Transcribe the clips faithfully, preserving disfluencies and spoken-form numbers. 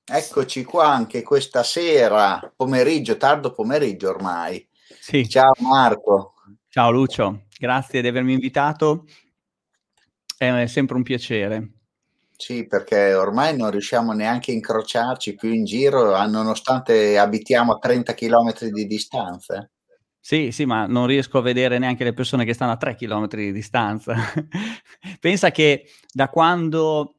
Eccoci qua anche questa sera, pomeriggio, tardo pomeriggio ormai. Sì. Ciao Marco. Ciao Lucio, grazie di avermi invitato. È sempre un piacere. Sì, perché ormai non riusciamo neanche a incrociarci più in giro, nonostante abitiamo a trenta chilometri di distanza. Sì, sì, ma non riesco a vedere neanche le persone che stanno a tre chilometri di distanza. Pensa che da quando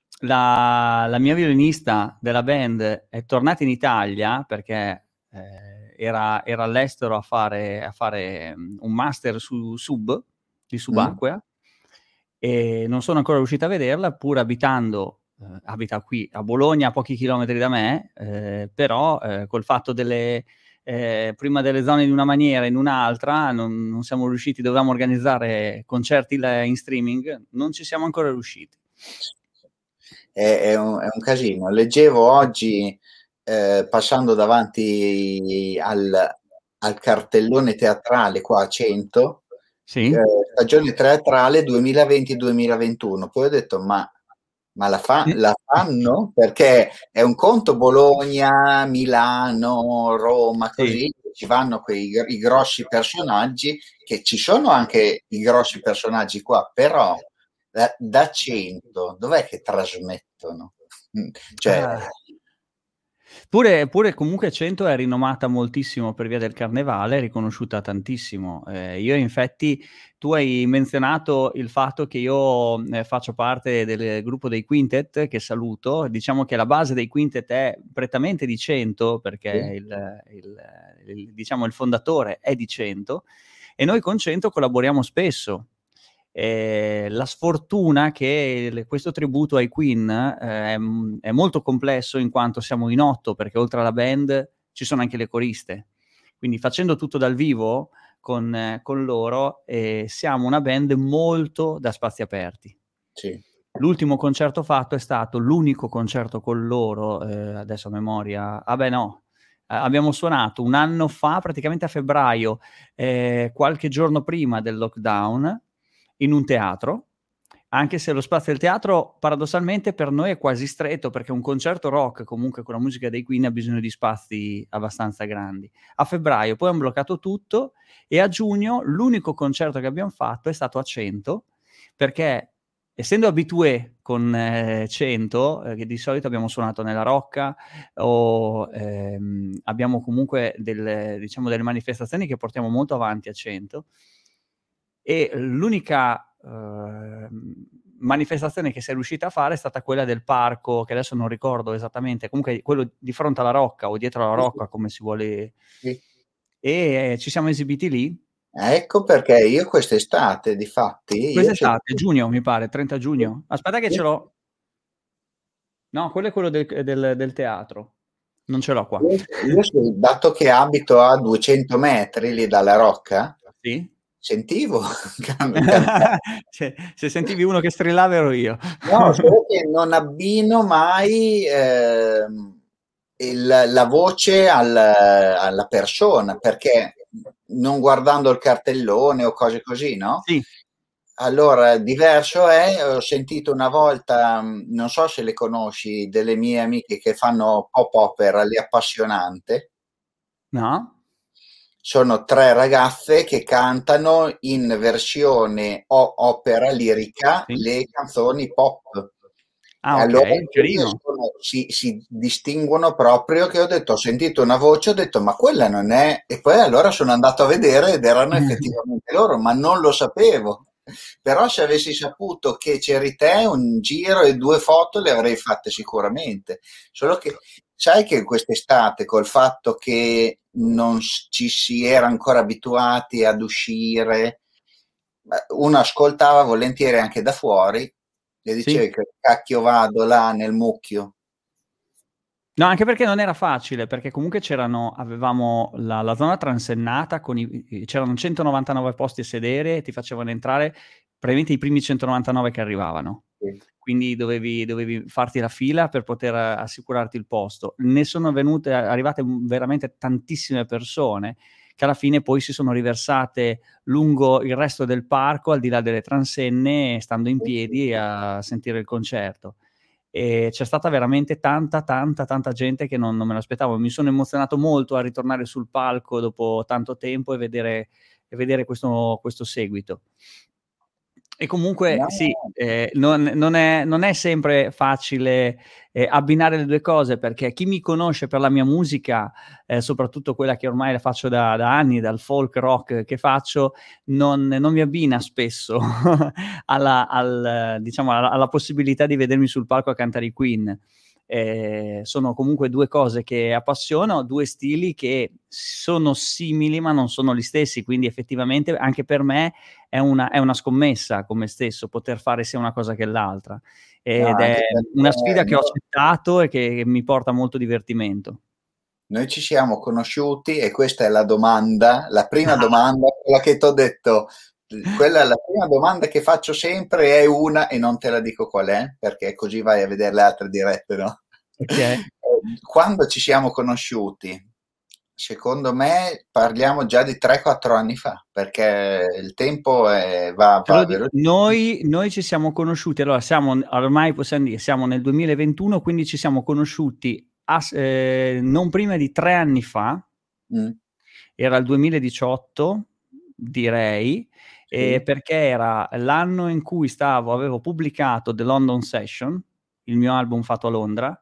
la la mia violinista della band è tornata in Italia, perché, ehm, era era all'estero a fare a fare, mhmm, un master su sub, di Mh. subacquea, e non sono ancora riuscito a vederla, pur abitando ehm, abita qui a Bologna, a pochi chilometri da me, ehm, però, ehm, col fatto delle ehm, prima delle zone in una maniera, in un'altra, non non siamo riusciti, dovevamo organizzare concerti l in streaming, non ci siamo ancora riusciti. È è un è un casino. Leggevo oggi, ehm, passando davanti al al cartellone teatrale qua a Cento, Sì? ehm, stagione teatrale duemilaventi duemilaventuno. Poi ho detto: "Ma ma la fa Sì. la fanno?" Perché è un conto Bologna, Milano, Roma, Sì. così, ci vanno quei gr i grossi personaggi, che ci sono anche i grossi personaggi qua, però da da Cento dov'è che trasmettono? Mh, cioè Ah. Pure pure comunque Cento è rinomata moltissimo per via del carnevale, è riconosciuta tantissimo. Ehm, io infetti tu hai menzionato il fatto che io, ehm, faccio parte del gruppo dei Quintet, che saluto. Diciamo che la base dei Quintet è prettamente di Cento, perché Sì. il il il diciamo il fondatore è di Cento, e noi con Cento collaboriamo spesso. Ehm, la sfortuna che il questo tributo ai Queen, ehm, è mhmm, è molto complesso in quanto siamo in otto, perché oltre alla band ci sono anche le coriste. Quindi facendo tutto dal vivo con con loro, ehm, siamo una band molto da spazi aperti. Sì. L'ultimo concerto fatto è stato l'unico concerto con loro, ehm, adesso a memoria ah beh no, a abbiamo suonato un anno fa, praticamente a febbraio, ehm, qualche giorno prima del lockdown, in un teatro, anche se lo spazio del teatro paradossalmente per noi è quasi stretto, perché un concerto rock, comunque con la musica dei Queen, ha bisogno di spazi abbastanza grandi. A febbraio poi han bloccato tutto e a giugno l'unico concerto che abbiam fatto è stato a Cento, perché essendo habitué con Cento, ehm, che di solito abbiamo suonato nella Rocca o, ehm, abbiamo comunque delle diciamo delle manifestazioni che portiamo molto avanti a Cento e l'unica, uhm, manifestazione che si è riuscita a fare è stata quella del parco, che adesso non ricordo esattamente, comunque quello di fronte alla Rocca o dietro alla Sì, sì. Rocca, come si vuole Sì. e ci siamo esibiti lì. Ecco perché io quest'estate difatti io c'ho Quest'estate, giugno mi pare, trenta giugno. Aspetta che ce Sì. l'ho No, quello è quello del c del del teatro. Non ce l'ho qua. Io io sì, dato che abito a duecento metri lì dalla Rocca, Sì? sentivo can cantare. Se se sentivi uno che strillava ero io. No, solo che non abbino mai, ehm, il la voce al alla persona, perché, mhmm, non guardando il cartellone o cose così, no, Sì. allora diverso è ho sentito una volta, mhmm, non so se le conosci, delle mie amiche che fanno pop opera, le Appassionante. No? Sono tre ragazze che cantano in versione o opera lirica Sì. le canzoni pop. E Ah allora okay, quelle carino. sono si si distinguono proprio che ho detto ho sentito una voce, ho detto: "Ma quella non è" e poi allora sono andato a vedere ed erano effettivamente loro, ma non lo sapevo. Però se avessi saputo che c'eri te, un giro e due foto le avrei fatte sicuramente. Solo che sai che quest'estate, col fatto che non s ci si era ancora abituati ad uscire, beh, uno ascoltava volentieri anche da fuori e Sì. dicevi: "Che cacchio vado là nel mucchio?" No, anche perché non era facile, perché comunque c'erano avevamo la la zona transennata con i i c'erano centonovantanove posti a sedere e ti facevano entrare praticamente i primi centonovantanove che arrivavano. Sì. Quindi dovevi dovevi farti la fila per poter assicurarti il posto. Ne sono venute arrivate, mhmm, veramente tantissime persone, che alla fine poi si sono riversate lungo il resto del parco, al di là delle transenne, stando in Sì, sì, piedi sì. a sentire il concerto. e c'è stata veramente tanta, tanta, tanta gente che non, non me l'aspettavo. Mi sono emozionato molto a ritornare sul palco dopo tanto tempo e vedere, e vedere questo, questo seguito. E comunque No, sì, eh, non, non, è, non è sempre facile eh, abbinare le due cose, perché chi mi conosce per la mia musica, eh, soprattutto quella che ormai la faccio da, da anni, dal folk rock che faccio, non, non mi abbina spesso alla, al, diciamo, alla, alla possibilità di vedermi sul palco a cantare i Queen. Eh, sono comunque due cose che appassiono, due stili che sono simili ma non sono gli stessi, quindi effettivamente anche per me è una, è una scommessa con me stesso poter fare sia una cosa che l'altra, no, ed è anche una perché sfida che ho no- accettato e che mi porta molto divertimento. noi ci siamo conosciuti e questa è la domanda, la prima domanda, quella che ti ho detto, quella è la prima domanda che faccio sempre, è una e non te la dico qual è, perché così vai a vedere le altre dirette, no? Ok. Quando ci siamo conosciuti, secondo me parliamo già di tre quattro anni fa, perché il tempo è- va, Te lo va di- velocissimo. noi, noi ci siamo conosciuti, allora siamo, ormai possiamo dire, siamo nel duemilaventuno, quindi ci siamo conosciuti a- eh, non prima di tre anni fa, Mm, era il duemiladiciotto, direi, eh, sì. perché era l'anno in cui stavo, avevo pubblicato The London Session, il mio album fatto a Londra,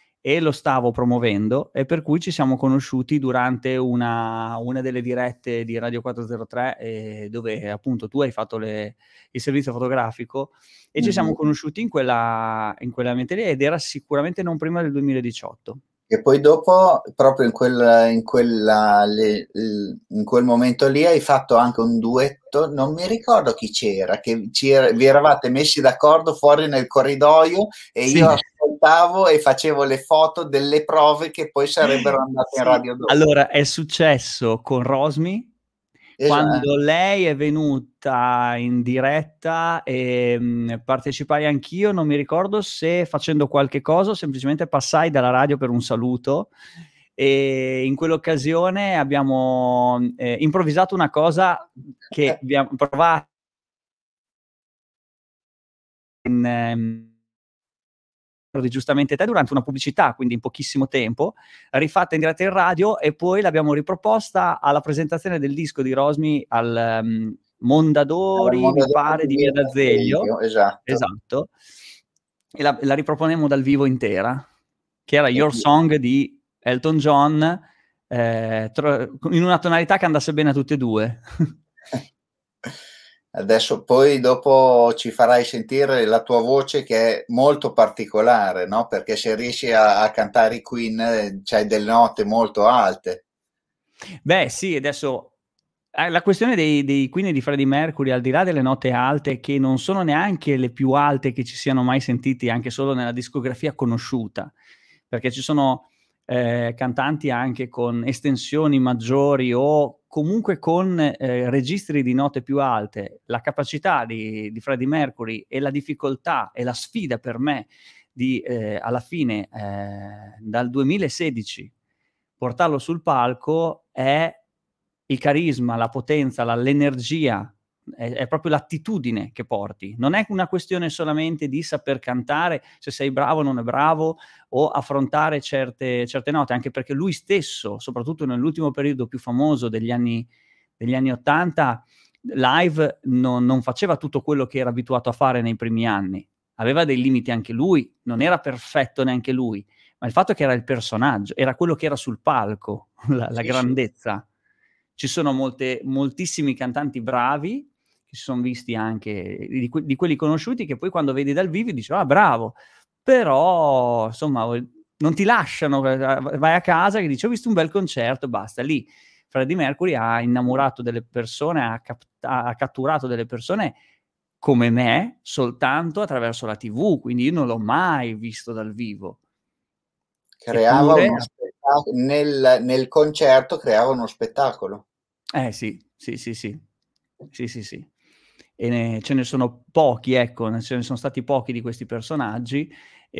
e lo stavo promuovendo, e per cui ci siamo conosciuti durante una, una delle dirette di Radio quattrocentotre, eh, dove appunto tu hai fatto le, il servizio fotografico, e ci siamo Mhm. conosciuti in quella, in quella mente lì, ed era sicuramente non prima del duemiladiciotto. E poi dopo, proprio in quel, in quella, le- il- in quel momento lì, hai fatto anche un duetto, non mi ricordo chi c'era, che ci era- vi eravate messi d'accordo fuori nel corridoio e Sì. io ascoltavo e facevo le foto delle prove che poi sarebbero andate in Sì, radio dopo. allora è successo con Rosmi Esatto. quando lei è venuta in diretta, e mh, partecipai anch'io, non mi ricordo se facendo qualche cosa o semplicemente passai dalla radio per un saluto, e in quell'occasione abbiamo eh, improvvisato una cosa che abbiamo provato in, ehm, di giustamente te durante una pubblicità, quindi in pochissimo tempo, rifatta in diretta in radio, e poi l'abbiamo riproposta alla presentazione del disco di Rosmi al um, Era il Mondadori, mi Mondadori pare, di di Via Via d'Azeglio, d'Azeglio, esatto. esatto, e la, la riproponemmo dal vivo intera, che era E Your Song di Elton John, eh, tro- in una tonalità che andasse bene a tutte e due. Adesso poi dopo ci farai sentire la tua voce che è molto particolare, no? Perché se riesci a, a cantare i Queen, eh, c'hai delle note molto alte. Beh, sì, adesso eh, la questione dei, dei Queen e di Freddie Mercury, al di là delle note alte, che non sono neanche le più alte che ci siano mai sentiti, anche solo nella discografia conosciuta, perché ci sono eh, cantanti anche con estensioni maggiori o comunque con eh, registri di note più alte. La capacità di, di Freddie Mercury e la difficoltà e la sfida per me di eh, alla fine eh, dal duemilasedici portarlo sul palco è il carisma, la potenza, la, l'energia, è, è proprio l'attitudine che porti. Non è una questione solamente di saper cantare, se sei bravo o non è bravo, o affrontare certe, certe note, anche perché lui stesso, soprattutto nell'ultimo periodo più famoso degli anni, degli anni ottanta, live non, non faceva tutto quello che era abituato a fare nei primi anni. Aveva dei limiti anche lui, non era perfetto neanche lui, ma il fatto è che era il personaggio, era quello che era sul palco, la, la Sì, sì. grandezza. Ci sono molte, moltissimi cantanti bravi, che si sono visti anche, di, que- di quelli conosciuti, che poi quando vedi dal vivo dici, ah bravo, però insomma non ti lasciano, vai a casa e dici ho visto un bel concerto, basta, lì Freddie Mercury ha innamorato delle persone, ha, cap- ha catturato delle persone come me soltanto attraverso la tivù, quindi io non l'ho mai visto dal vivo. Creava Eppure, uno spettacolo, nel, nel concerto creava uno spettacolo. eh sì, sì, sì, sì, sì, sì, sì. E ne, ce ne sono pochi, ecco, ce ne sono stati pochi di questi personaggi,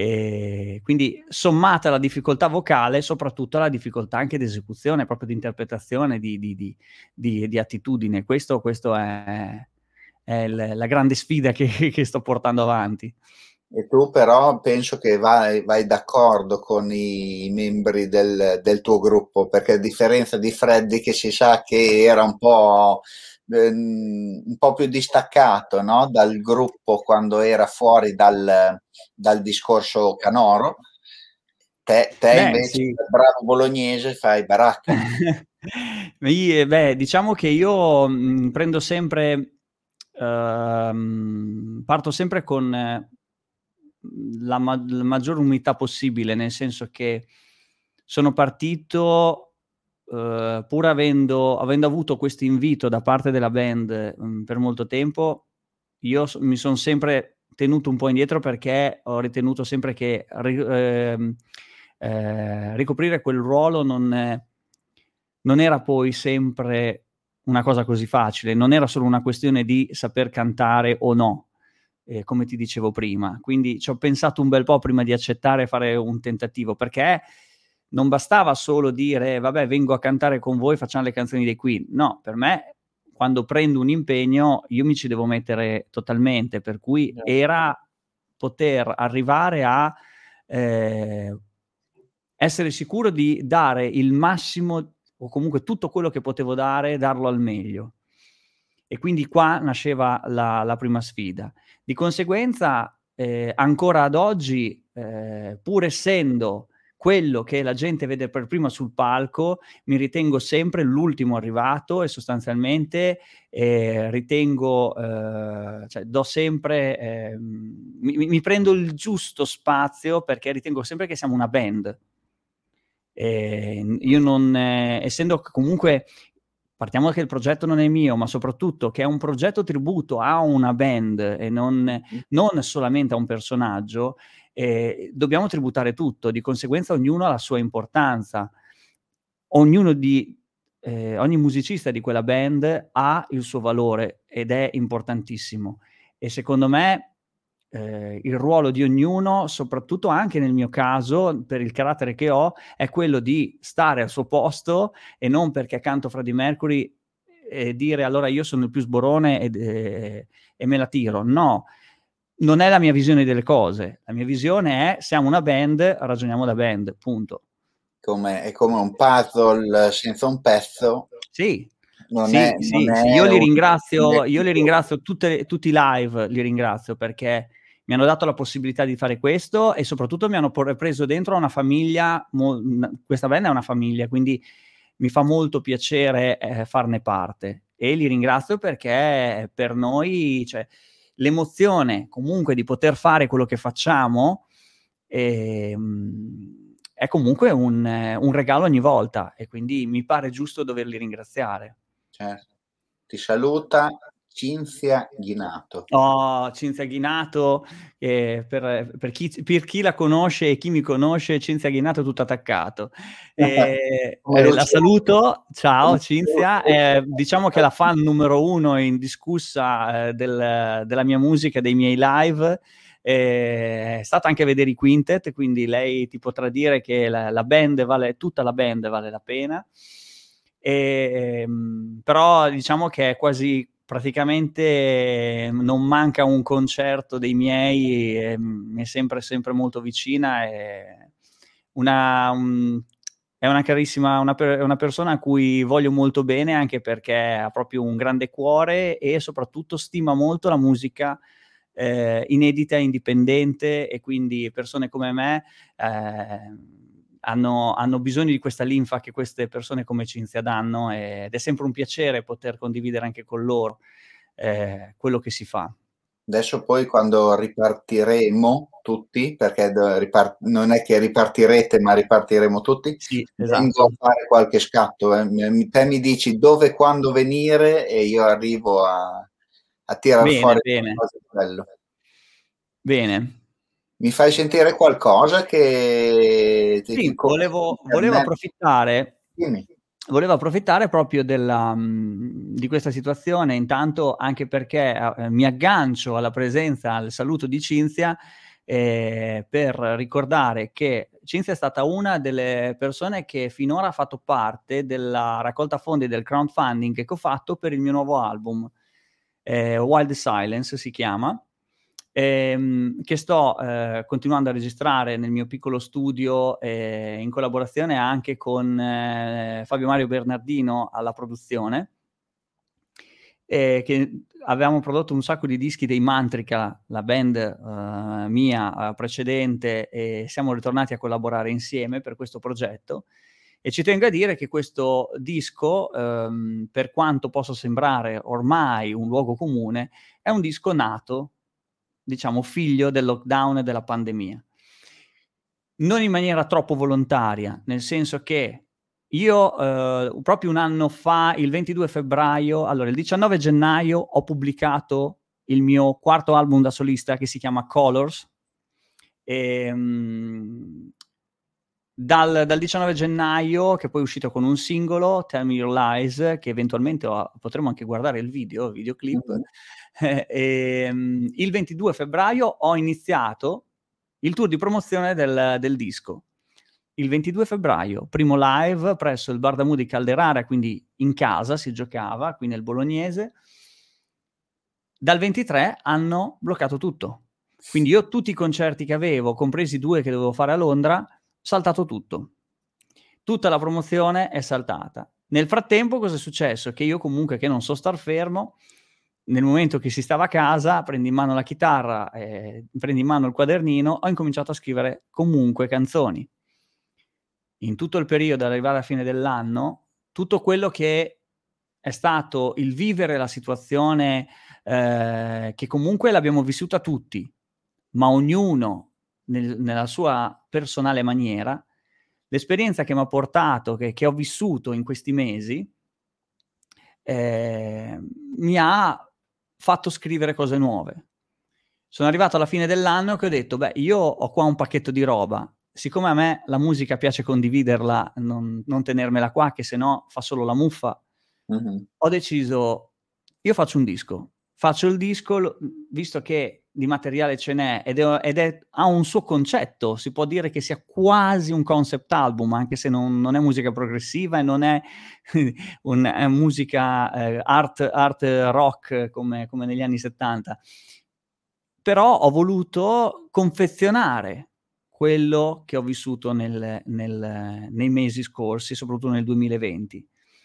e quindi sommata alla difficoltà vocale, soprattutto alla difficoltà anche di esecuzione, proprio di interpretazione, di, di, di, di, di attitudine. Questo, questo è, è il, la grande sfida che, che sto portando avanti. E tu però penso che vai, vai d'accordo con i membri del, del tuo gruppo, perché a differenza di Freddy che si sa che era un po', ehm, un po' più distaccato, no? Dal gruppo quando era fuori dal, dal discorso canoro, te, te Beh, invece, sì. da bravo bolognese, fai baracca. Io- beh, diciamo che io mh, prendo sempre, ehm, parto sempre con eh, la, ma- la maggior umiltà possibile, nel senso che sono partito eh, pur avendo, avendo avuto questo invito da parte della band mh, per molto tempo, io so- mi sono sempre tenuto un po' indietro perché ho ritenuto sempre che ri- ehm, eh, ricoprire quel ruolo non, è- non era poi sempre una cosa così facile, non era solo una questione di saper cantare o no, eh, come ti dicevo prima. Quindi ci ho pensato un bel po' prima di accettare e fare un tentativo, perché non bastava solo dire, vabbè, vengo a cantare con voi, facciamo le canzoni dei Queen. No, per me, quando prendo un impegno, io mi ci devo mettere totalmente, per cui era poter arrivare a eh, essere sicuro di dare il massimo o comunque tutto quello che potevo dare, darlo al meglio. E quindi qua nasceva la, la prima sfida. Di conseguenza, eh, ancora ad oggi, eh, pur essendo quello che la gente vede per prima sul palco, mi ritengo sempre l'ultimo arrivato e sostanzialmente eh, ritengo, eh, cioè do sempre, eh, mi, mi prendo il giusto spazio perché ritengo sempre che siamo una band. Eh, io non, eh, essendo comunque, partiamo che il progetto non è mio, ma soprattutto che è un progetto tributo a una band e non, non solamente a un personaggio, eh, dobbiamo tributare tutto, di conseguenza ognuno ha la sua importanza. Ognuno di, eh, ogni musicista di quella band ha il suo valore ed è importantissimo. E secondo me eh, il ruolo di ognuno, soprattutto anche nel mio caso, per il carattere che ho, è quello di stare al suo posto e non perché canto Freddie Mercury e dire allora io sono il più sborone ed, eh, e me la tiro. No, non è la mia visione delle cose. La mia visione è siamo una band, ragioniamo da band, punto. Come, è come un puzzle senza un pezzo, Sì, non è, sì, non sì, sì, io è li un ringrazio, io li identico. ringrazio tutte, tutti i live, li ringrazio perché mi hanno dato la possibilità di fare questo e soprattutto mi hanno por- preso dentro una famiglia, mo- una- questa band è una famiglia, quindi mi fa molto piacere eh, farne parte e li ringrazio perché per noi, cioè, l'emozione comunque di poter fare quello che facciamo ehm, è comunque un, eh, un regalo ogni volta e quindi mi pare giusto doverli ringraziare. Certo. Ti saluta Cinzia Ghinato. Oh, Cinzia Ghinato, eh, per, per chi, per chi la conosce e chi mi conosce, Cinzia Ghinato è tutto attaccato. Eh, Come eh, la Luciano. saluto, ciao Come Cinzia, eh, diciamo che è la fan numero uno indiscussa eh, del, della mia musica, dei miei live. Eh, è stata anche a vedere i Quintet, quindi lei ti potrà dire che la, la band vale, tutta la band vale la pena. E, ehm, però diciamo che è quasi praticamente non manca un concerto dei miei, e mi è sempre, sempre molto vicina. E una, un, è una carissima, una, per, una persona a cui voglio molto bene anche perché ha proprio un grande cuore e soprattutto stima molto la musica eh, inedita e indipendente e quindi persone come me eh, hanno, hanno bisogno di questa linfa che queste persone come Cinzia danno ed è sempre un piacere poter condividere anche con loro eh, quello che si fa. Adesso poi quando ripartiremo tutti, perché do- ripar- non è che ripartirete, ma ripartiremo tutti, Sì, vengo a esatto. fare qualche scatto. eh. Mi- Te mi dici dove e quando venire e io arrivo a, a tirar Bene, fuori bene, qualcosa di bello. bene. Mi fai sentire qualcosa che ti, che Sì, come su volevo, volevo internet? approfittare, Dimmi. volevo approfittare proprio della, mh, di questa situazione, intanto anche perché eh, mi aggancio alla presenza, al saluto di Cinzia, eh, per ricordare che Cinzia è stata una delle persone che finora ha fatto parte della raccolta fondi del crowdfunding che ho fatto per il mio nuovo album, eh, Wild Silence si chiama. ehm, che sto eh, continuando a registrare nel mio piccolo studio eh, in collaborazione anche con eh, Fabio Mario Bernardino alla produzione, eh, che avevamo prodotto un sacco di dischi dei Mantrica, la band eh, mia eh, precedente, e siamo ritornati a collaborare insieme per questo progetto. E ci tengo a dire che questo disco, ehm, per quanto possa sembrare ormai un luogo comune, è un disco nato, diciamo, figlio del lockdown e della pandemia. Non in maniera troppo volontaria, nel senso che io eh, proprio un anno fa, il ventidue febbraio, allora il diciannove gennaio ho pubblicato il mio quarto album da solista che si chiama Colors. E, um, dal, dal diciannove gennaio, che poi è uscito con un singolo, Tell Me Your Lies, che eventualmente ho, potremo anche guardare il video, il videoclip. Mm-hmm. Eh, e, um, il ventidue febbraio ho iniziato il tour di promozione del, del disco. Il ventidue febbraio, primo live presso il Bar Damu di Calderara, quindi in casa si giocava, qui nel Bolognese. Dal ventitré hanno bloccato tutto. Quindi io tutti i concerti che avevo, compresi due che dovevo fare a Londra, saltato tutto. Tutta la promozione è saltata. Nel frattempo cosa è successo? Che io comunque, che non so star fermo, nel momento che si stava a casa, prendi in mano la chitarra, eh, prendi in mano il quadernino, ho incominciato a scrivere comunque canzoni. In tutto il periodo, ad arrivare alla fine dell'anno, tutto quello che è stato il vivere la situazione eh, che comunque l'abbiamo vissuta tutti, ma ognuno nel, nella sua personale maniera, l'esperienza che mi ha portato, che, che ho vissuto in questi mesi, eh, mi ha fatto scrivere cose nuove. Sono arrivato alla fine dell'anno che ho detto, beh, io ho qua un pacchetto di roba, siccome a me la musica piace condividerla, non, non tenermela qua, che se no fa solo la muffa, mm-hmm. Ho deciso, io faccio un disco, faccio il disco, visto che di materiale ce n'è, ed, è, ed è, ha un suo concetto, si può dire che sia quasi un concept album, anche se non, non è musica progressiva e non è, un, è musica eh, art, art rock come, come negli anni settanta. Però ho voluto confezionare quello che ho vissuto nel, nel, nei mesi scorsi, soprattutto nel duemilaventi.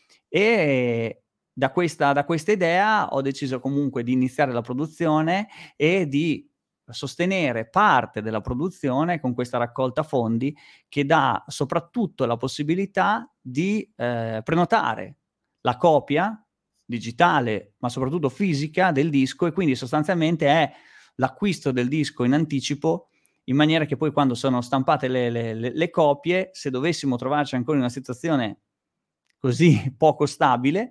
E da questa, da questa idea ho deciso comunque di iniziare la produzione e di sostenere parte della produzione con questa raccolta fondi che dà soprattutto la possibilità di eh, prenotare la copia digitale, ma soprattutto fisica del disco, e quindi sostanzialmente è l'acquisto del disco in anticipo, in maniera che poi quando sono stampate le, le, le, le copie, se dovessimo trovarci ancora in una situazione così poco stabile,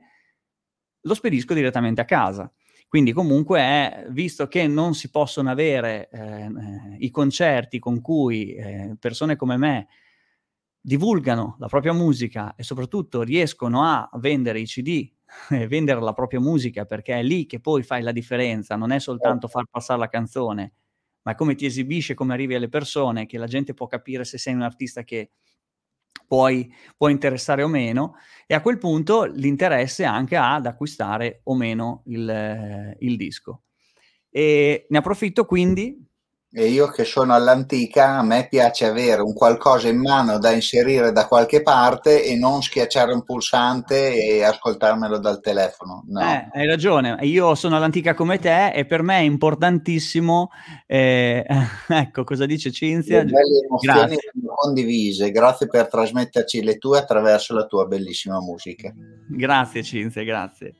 lo spedisco direttamente a casa. Quindi comunque è, visto che non si possono avere eh, i concerti con cui eh, persone come me divulgano la propria musica e soprattutto riescono a vendere i C D, e vendere la propria musica, perché è lì che poi fai la differenza, non è soltanto far passare la canzone, ma è come ti esibisci, come arrivi alle persone, che la gente può capire se sei un artista che puoi, può interessare o meno, e a quel punto l'interesse anche ad acquistare o meno il, il disco. E ne approfitto quindi. E io che sono all'antica, a me piace avere un qualcosa in mano da inserire da qualche parte e non schiacciare un pulsante e ascoltarmelo dal telefono. No. Eh, hai ragione, io sono all'antica come te e per me è importantissimo, eh, ecco cosa dice Cinzia. Le belle emozioni condivise, grazie per trasmetterci le tue attraverso la tua bellissima musica. Grazie Cinzia, grazie.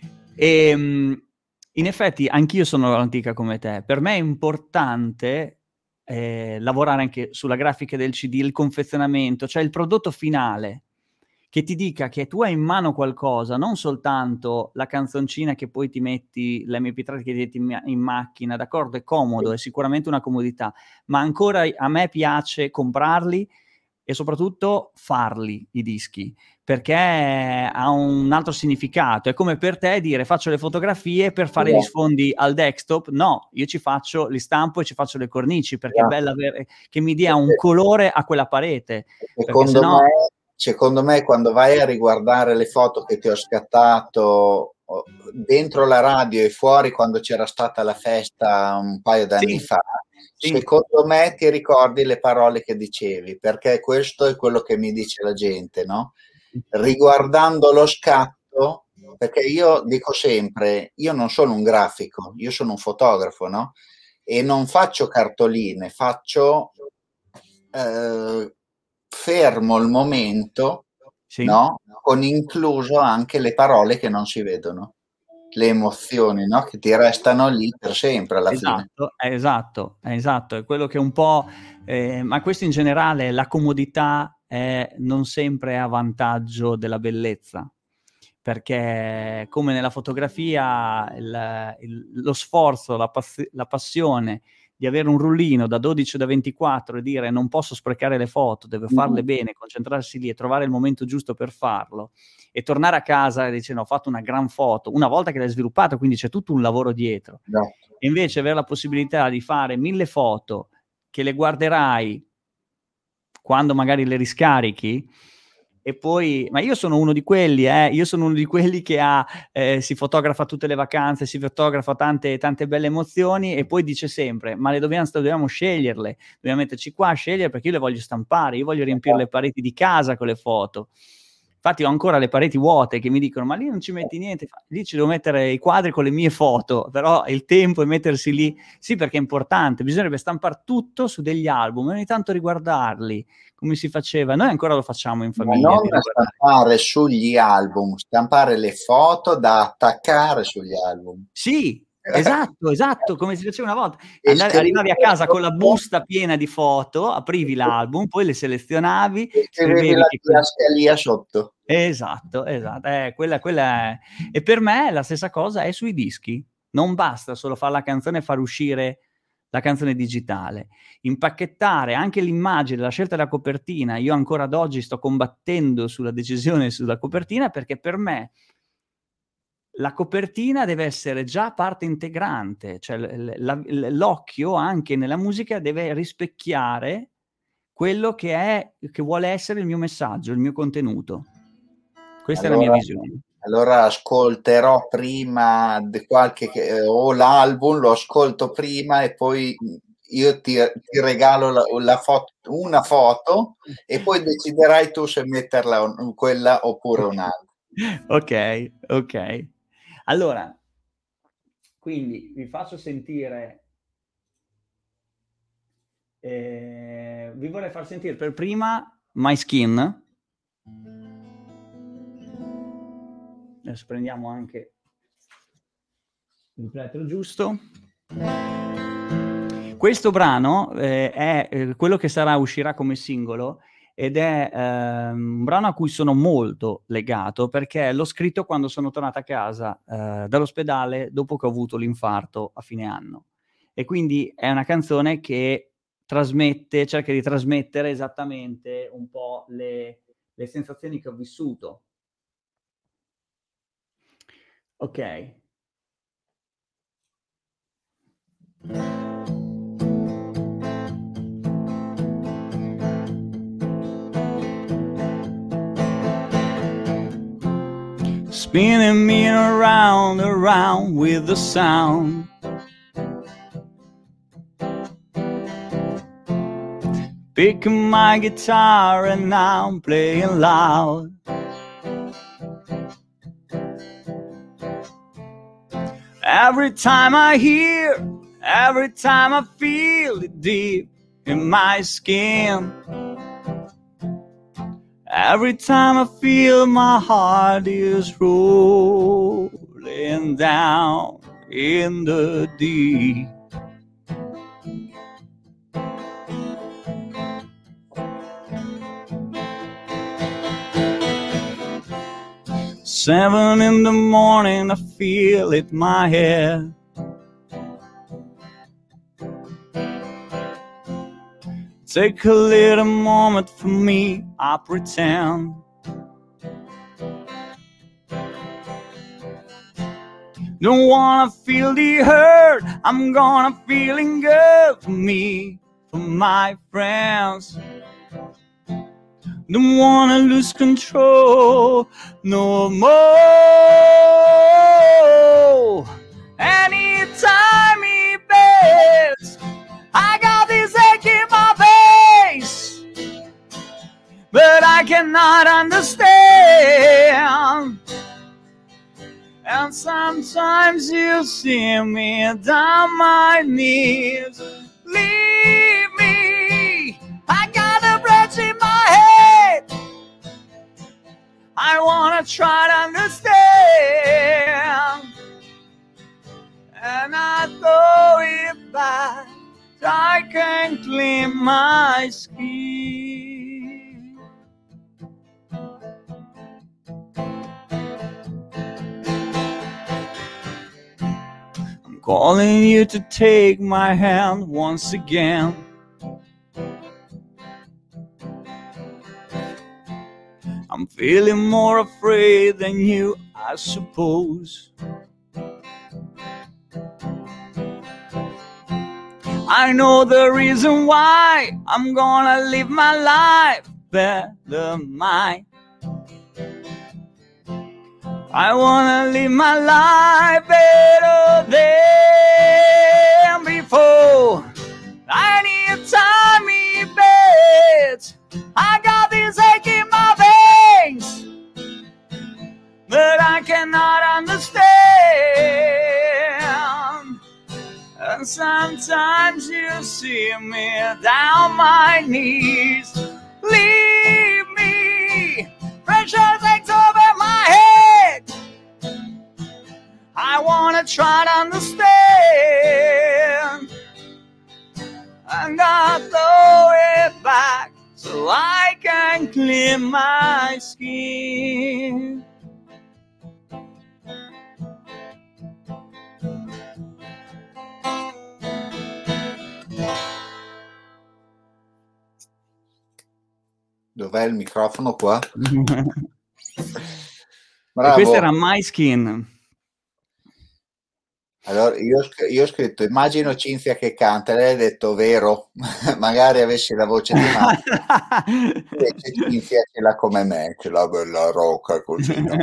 E, in effetti anch'io sono all'antica come te, per me è importante eh, lavorare anche sulla grafica del C D, il confezionamento, cioè il prodotto finale, che ti dica che tu hai in mano qualcosa, non soltanto la canzoncina che poi ti metti, l'emme pi tre che ti metti in, in macchina, d'accordo, è comodo, è sicuramente una comodità, ma ancora a me piace comprarli e soprattutto farli, i dischi, perché ha un altro significato. È come per te dire faccio le fotografie per fare yeah. gli sfondi al desktop, no, io ci faccio, li stampo e ci faccio le cornici, perché yeah. è bello avere, che mi dia un colore a quella parete. Secondo, sennò... me, secondo me quando vai a riguardare le foto che ti ho scattato dentro la radio e fuori quando c'era stata la festa un paio d'anni Sì, fa, sì. secondo me ti ricordi le parole che dicevi, perché questo è quello che mi dice la gente, no? Riguardando lo scatto, perché io dico sempre, io non sono un grafico, io sono un fotografo, no? E non faccio cartoline, faccio eh, fermo il momento, Sì. no? Con incluso anche le parole che non si vedono, le emozioni, no? Che ti restano lì per sempre alla fine. Esatto, è esatto, è esatto, è quello che un po', eh, ma questo in generale, la comodità è non sempre a vantaggio della bellezza, perché come nella fotografia il, il, lo sforzo, la, pass- la passione di avere un rullino da dodici o da ventiquattro e dire non posso sprecare le foto, devo farle bene, concentrarsi lì e trovare il momento giusto per farlo, e tornare a casa e dice no, ho fatto una gran foto, una volta che l'hai sviluppato, quindi c'è tutto un lavoro dietro. No. E invece avere la possibilità di fare mille foto che le guarderai quando magari le riscarichi, e poi, ma io sono uno di quelli, eh, io sono uno di quelli che ha, eh, si fotografa tutte le vacanze, si fotografa tante, tante belle emozioni e poi dice sempre, ma le dobbiamo, dobbiamo sceglierle, dobbiamo metterci qua a scegliere perché io le voglio stampare, io voglio riempire le pareti di casa con le foto. Infatti ho ancora le pareti vuote che mi dicono, ma lì non ci metti niente, lì ci devo mettere i quadri con le mie foto, però il tempo è mettersi lì, sì, perché è importante, bisognerebbe stampare tutto su degli album e ogni tanto riguardarli, come si faceva, noi ancora lo facciamo in famiglia. Ma non stampare sugli album, stampare le foto da attaccare sugli album. Sì, esatto, esatto, come si faceva una volta. Andavi, arrivavi a casa con la busta piena di foto, aprivi l'album, poi le selezionavi, e scrivevi scrivevi la che... didascalia sotto. Esatto, esatto, eh, quella, quella è... E per me la stessa cosa è sui dischi. Non basta solo fare la canzone e far uscire la canzone digitale. Impacchettare anche l'immagine, la scelta della copertina. Io ancora ad oggi sto combattendo sulla decisione sulla copertina perché per me la copertina deve essere già parte integrante, cioè l- l- l'occhio anche nella musica deve rispecchiare quello che è, che vuole essere il mio messaggio, il mio contenuto. Questa allora, è la mia visione. Allora ascolterò prima di qualche eh, o l'album, lo ascolto prima e poi io ti, ti regalo la, la foto, una foto e poi deciderai tu se metterla quella oppure un'altra. Ok, ok. Allora, quindi vi faccio sentire, eh, vi vorrei far sentire per prima My Skin. Adesso prendiamo anche il pletro giusto. Questo brano eh, è eh, quello che sarà, uscirà come singolo ed è eh, un brano a cui sono molto legato perché l'ho scritto quando sono tornato a casa eh, dall'ospedale dopo che ho avuto l'infarto a fine anno, e quindi è una canzone che trasmette, cerca di trasmettere esattamente un po' le, le sensazioni che ho vissuto. Ok. Spinning me around, around with the sound. Picking my guitar and now I'm playing loud. Every time I hear, every time I feel it deep in my skin. Every time I feel my heart is rolling down in the deep. Seven in the morning, I feel it in my head. Take a little moment for me, I pretend. Don't wanna feel the hurt, I'm gonna feeling good for me, for my friends. Don't wanna lose control no more. Anytime he bets, I got this ache in my face, but I cannot understand. And sometimes you see me down my knees. Leave me, I got a bridge in my head. I wanna try to understand. And I throw it back, I can't clean my skin. I'm calling you to take my hand once again. I'm feeling more afraid than you, I suppose. I know the reason why I'm gonna live my life better mine. I wanna live my life better than before. I need time in bed. I got this ache in my veins, but I cannot understand. And sometimes you see me down my knees. Leave me, pressure takes over my head. I wanna try to understand, and I throw it back so I can clean my skin. Dov'è il microfono qua? Bravo. E questo era My Skin. Allora, io, io ho scritto, immagino Cinzia che canta, lei ha detto vero, magari avessi la voce di Marco, invece Cinzia ce l'ha come me, ce l'ha bella rocca così, no?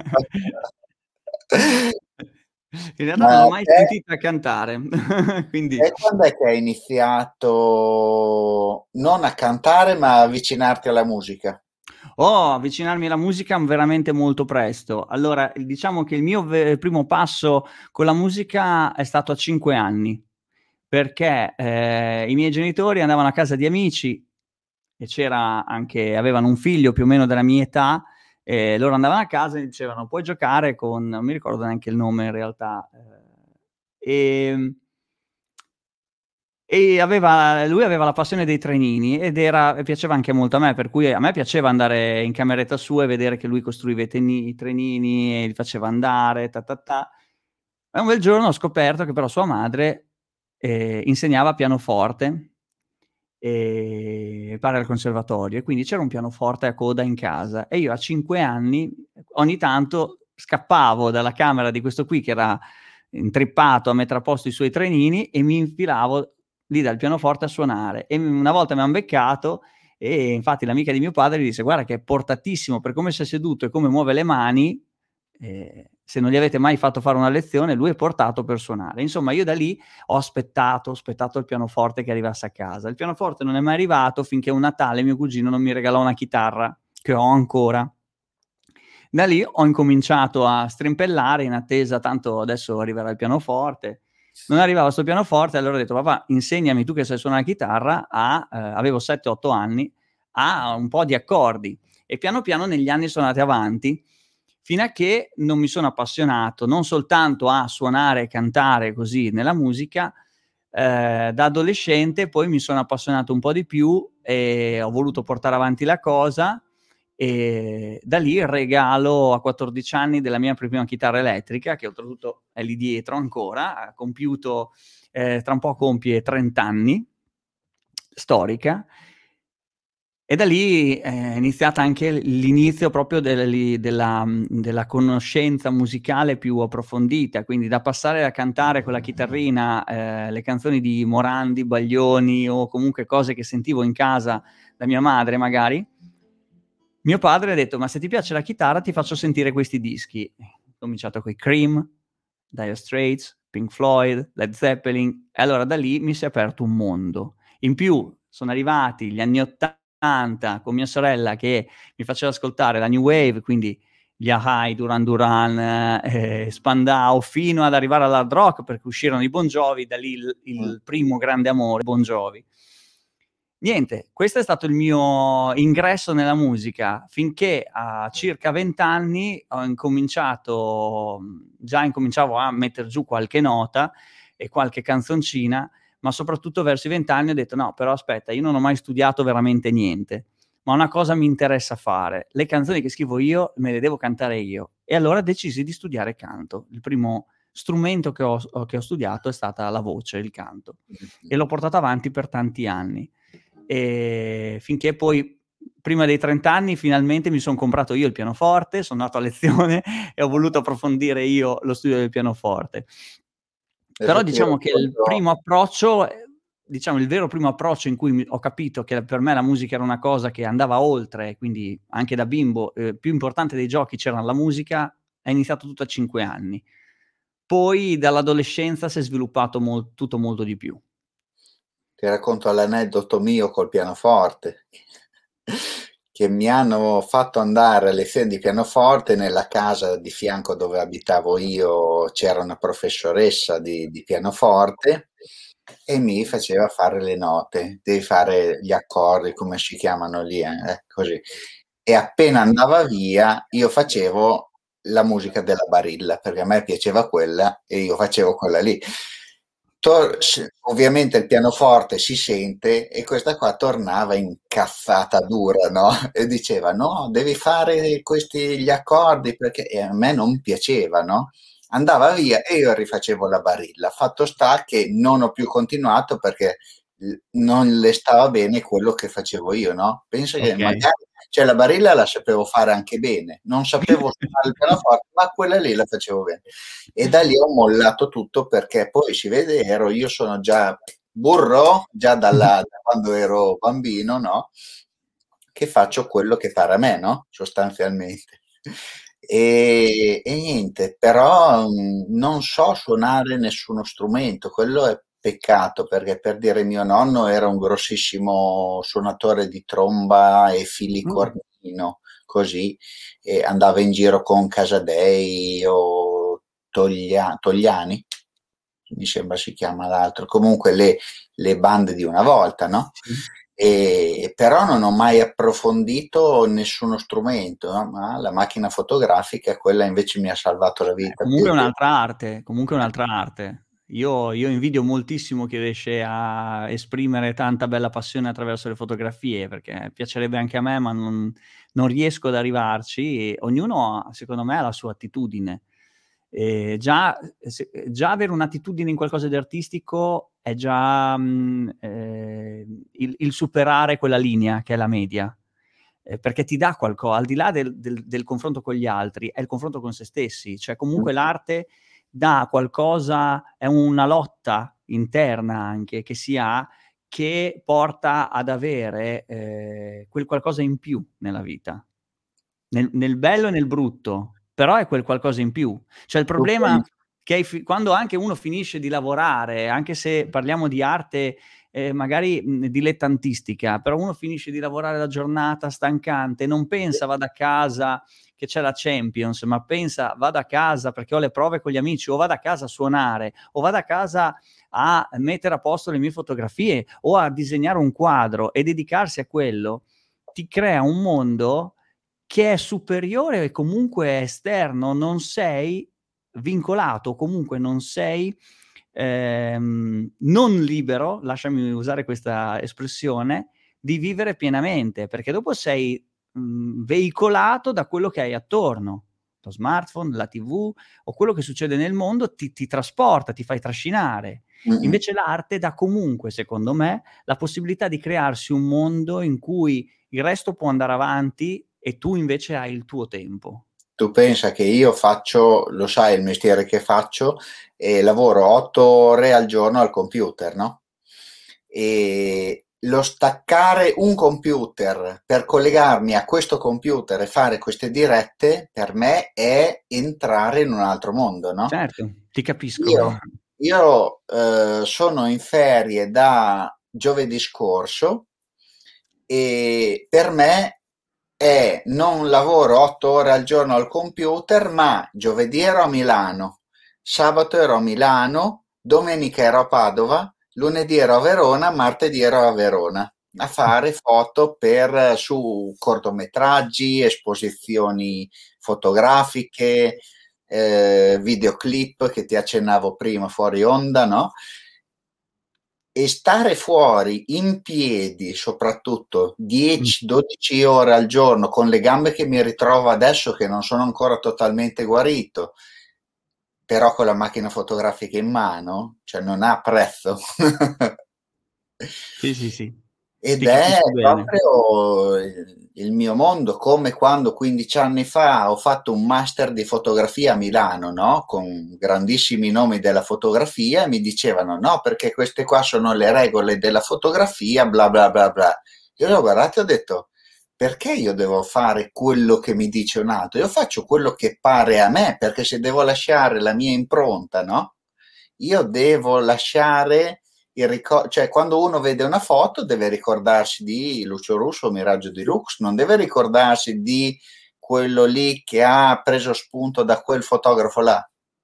In realtà non l'ho mai te, sentita cantare. Quindi... E quando è che hai iniziato non a cantare ma a avvicinarti alla musica? Oh, avvicinarmi alla musica veramente molto presto. Allora, diciamo che il mio ve- primo passo con la musica è stato a cinque anni, perché eh, i miei genitori andavano a casa di amici e c'era anche, avevano un figlio più o meno della mia età, e loro andavano a casa e dicevano puoi giocare con, non mi ricordo neanche il nome in realtà, eh, e... E aveva, lui aveva la passione dei trenini ed era, piaceva anche molto a me, per cui a me piaceva andare in cameretta sua e vedere che lui costruiva i, teni, i trenini e li faceva andare, ta ta ta. E un bel giorno ho scoperto che però sua madre eh, insegnava pianoforte e pare al conservatorio, e quindi c'era un pianoforte a coda in casa e io a cinque anni ogni tanto scappavo dalla camera di questo qui che era intrippato a mettere a posto i suoi trenini e mi infilavo lì dal pianoforte a suonare, e una volta mi hanno beccato e infatti l'amica di mio padre gli disse guarda che è portatissimo per come si è seduto e come muove le mani, eh, se non gli avete mai fatto fare una lezione lui è portato per suonare. Insomma io da lì ho aspettato, ho aspettato il pianoforte che arrivasse a casa. Il pianoforte non è mai arrivato finché un Natale mio cugino non mi regalò una chitarra che ho ancora. Da lì ho incominciato a strimpellare in attesa, tanto adesso arriverà il pianoforte. Non arrivava sto pianoforte, allora ho detto papà insegnami tu che sai suonare la chitarra a, eh, avevo sette otto anni, a un po' di accordi, e piano piano negli anni sono andati avanti fino a che non mi sono appassionato non soltanto a suonare e cantare così nella musica, eh, da adolescente poi mi sono appassionato un po' di più e ho voluto portare avanti la cosa. E da lì il regalo a quattordici anni della mia prima chitarra elettrica, che oltretutto è lì dietro ancora, ha compiuto, eh, tra un po' compie trenta anni, storica, e da lì è iniziata anche l'inizio proprio del, della, della conoscenza musicale più approfondita, quindi da passare a cantare con la chitarrina eh, le canzoni di Morandi, Baglioni o comunque cose che sentivo in casa da mia madre magari. Mio padre ha detto, ma se ti piace la chitarra ti faccio sentire questi dischi. Ho cominciato con i Cream, Dire Straits, Pink Floyd, Led Zeppelin, e allora da lì mi si è aperto un mondo. In più sono arrivati gli anni ottanta con mia sorella che mi faceva ascoltare la New Wave, quindi gli Ahai, Duran Duran, eh, Spandau, fino ad arrivare all'hard rock, perché uscirono i Bon Jovi, da lì il, il primo grande amore, Bon Jovi. Niente, questo è stato il mio ingresso nella musica, finché a circa vent'anni ho incominciato, già incominciavo a mettere giù qualche nota e qualche canzoncina, ma soprattutto verso i vent'anni ho detto no, però aspetta, io non ho mai studiato veramente niente, ma una cosa mi interessa fare, le canzoni che scrivo io me le devo cantare io, e allora decisi di studiare canto. Il primo strumento che ho, che ho studiato è stata la voce, il canto, e l'ho portato avanti per tanti anni. E finché poi prima dei trenta anni finalmente mi sono comprato io il pianoforte, sono andato a lezione e ho voluto approfondire io lo studio del pianoforte. Però diciamo che il primo approccio, diciamo il vero primo approccio in cui mi, ho capito che per me la musica era una cosa che andava oltre, quindi anche da bimbo, eh, più importante dei giochi c'era la musica, è iniziato tutto a cinque anni. Poi dall'adolescenza si è sviluppato mol- tutto molto di più. Ti racconto l'aneddoto mio col pianoforte, che mi hanno fatto andare a lezioni di pianoforte nella casa di fianco dove abitavo io, c'era una professoressa di, di pianoforte e mi faceva fare le note, devi fare gli accordi, come si chiamano lì, eh, così. E appena andava via io facevo la musica della Barilla, perché a me piaceva quella e io facevo quella lì. Tor- ovviamente il pianoforte si sente e questa qua tornava incazzata dura, no? E diceva no, devi fare questi gli accordi perché e a me non piaceva, no? Andava via e io rifacevo la Barilla. Fatto sta che non ho più continuato perché non le stava bene quello che facevo io, no? Penso che Okay. magari, cioè la Barilla la sapevo fare anche bene, non sapevo suonare il pianoforte, ma quella lì la facevo bene. E da lì ho mollato tutto perché poi si vede, ero, io sono già burro, già dalla, da quando ero bambino, no? Che faccio quello che pare a me, no? Sostanzialmente. E, e niente, però mh, non so suonare nessuno strumento, quello è peccato perché per dire mio nonno era un grossissimo suonatore di tromba e filicornino, così, e andava in giro con Casadei o Toglia- Togliani, mi sembra si chiama l'altro, comunque le, le bande di una volta, no? Sì. E, però non ho mai approfondito nessuno strumento, no? Ma la macchina fotografica, quella invece mi ha salvato la Eh, vita. comunque è un'altra arte, comunque è un'altra arte. Io, io invidio moltissimo chi riesce a esprimere tanta bella passione attraverso le fotografie, perché piacerebbe anche a me, ma non, non riesco ad arrivarci. E ognuno, ha, secondo me, ha la sua attitudine. E già, se, già avere un'attitudine in qualcosa di artistico è già mh, eh, il, il superare quella linea che è la media. Eh, perché ti dà qualcosa, al di là del, del, del confronto con gli altri, è il confronto con se stessi, cioè comunque l'arte dà qualcosa, è una lotta interna anche che si ha, che porta ad avere eh, quel qualcosa in più nella vita, nel, nel bello e nel brutto, però è quel qualcosa in più. Cioè il problema che hai fi- quando anche uno finisce di lavorare, anche se parliamo di arte eh, magari mh, dilettantistica, però uno finisce di lavorare la giornata stancante, non pensa vada a casa che c'è la Champions, ma pensa vado a casa perché ho le prove con gli amici, o vado a casa a suonare, o vado a casa a mettere a posto le mie fotografie, o a disegnare un quadro e dedicarsi a quello, ti crea un mondo che è superiore e comunque è esterno, non sei vincolato, comunque non sei ehm, non libero, lasciami usare questa espressione, di vivere pienamente, perché dopo sei mh, veicolato da quello che hai attorno. Lo smartphone, la tivù o quello che succede nel mondo ti, ti trasporta, ti fai trascinare. Mm-mm. Invece l'arte dà comunque, secondo me, la possibilità di crearsi un mondo in cui il resto può andare avanti e tu invece hai il tuo tempo. Tu pensa che io faccio, lo sai il mestiere che faccio, e lavoro otto ore al giorno al computer, no? E lo staccare un computer per collegarmi a questo computer e fare queste dirette, per me è entrare in un altro mondo, no? Certo, ti capisco. Io io eh, sono in ferie da giovedì scorso e per me è non lavoro otto ore al giorno al computer, ma giovedì ero a Milano, sabato ero a Milano, domenica ero a Padova, lunedì ero a Verona, martedì ero a Verona a fare foto per su cortometraggi, esposizioni fotografiche, eh, videoclip che ti accennavo prima fuori onda, no? E stare fuori in piedi, soprattutto Mm. dieci dodici ore al giorno, con le gambe che mi ritrovo adesso, che non sono ancora totalmente guarito, però con la macchina fotografica in mano, cioè non ha prezzo. Sì, sì, sì, Ed ti è capisco bene. proprio il, il mio mondo, come quando quindici anni fa ho fatto un master di fotografia a Milano, no? Con grandissimi nomi della fotografia e mi dicevano no, perché queste qua sono le regole della fotografia, bla bla bla bla. Io l'ho guardato e ho detto, perché io devo fare quello che mi dice un altro? Io faccio quello che pare a me, perché se devo lasciare la mia impronta, no? Io devo lasciare il ricordo, cioè quando uno vede una foto deve ricordarsi di Lucio Russo o Miraggio di Lux, non deve ricordarsi di quello lì che ha preso spunto da quel fotografo là.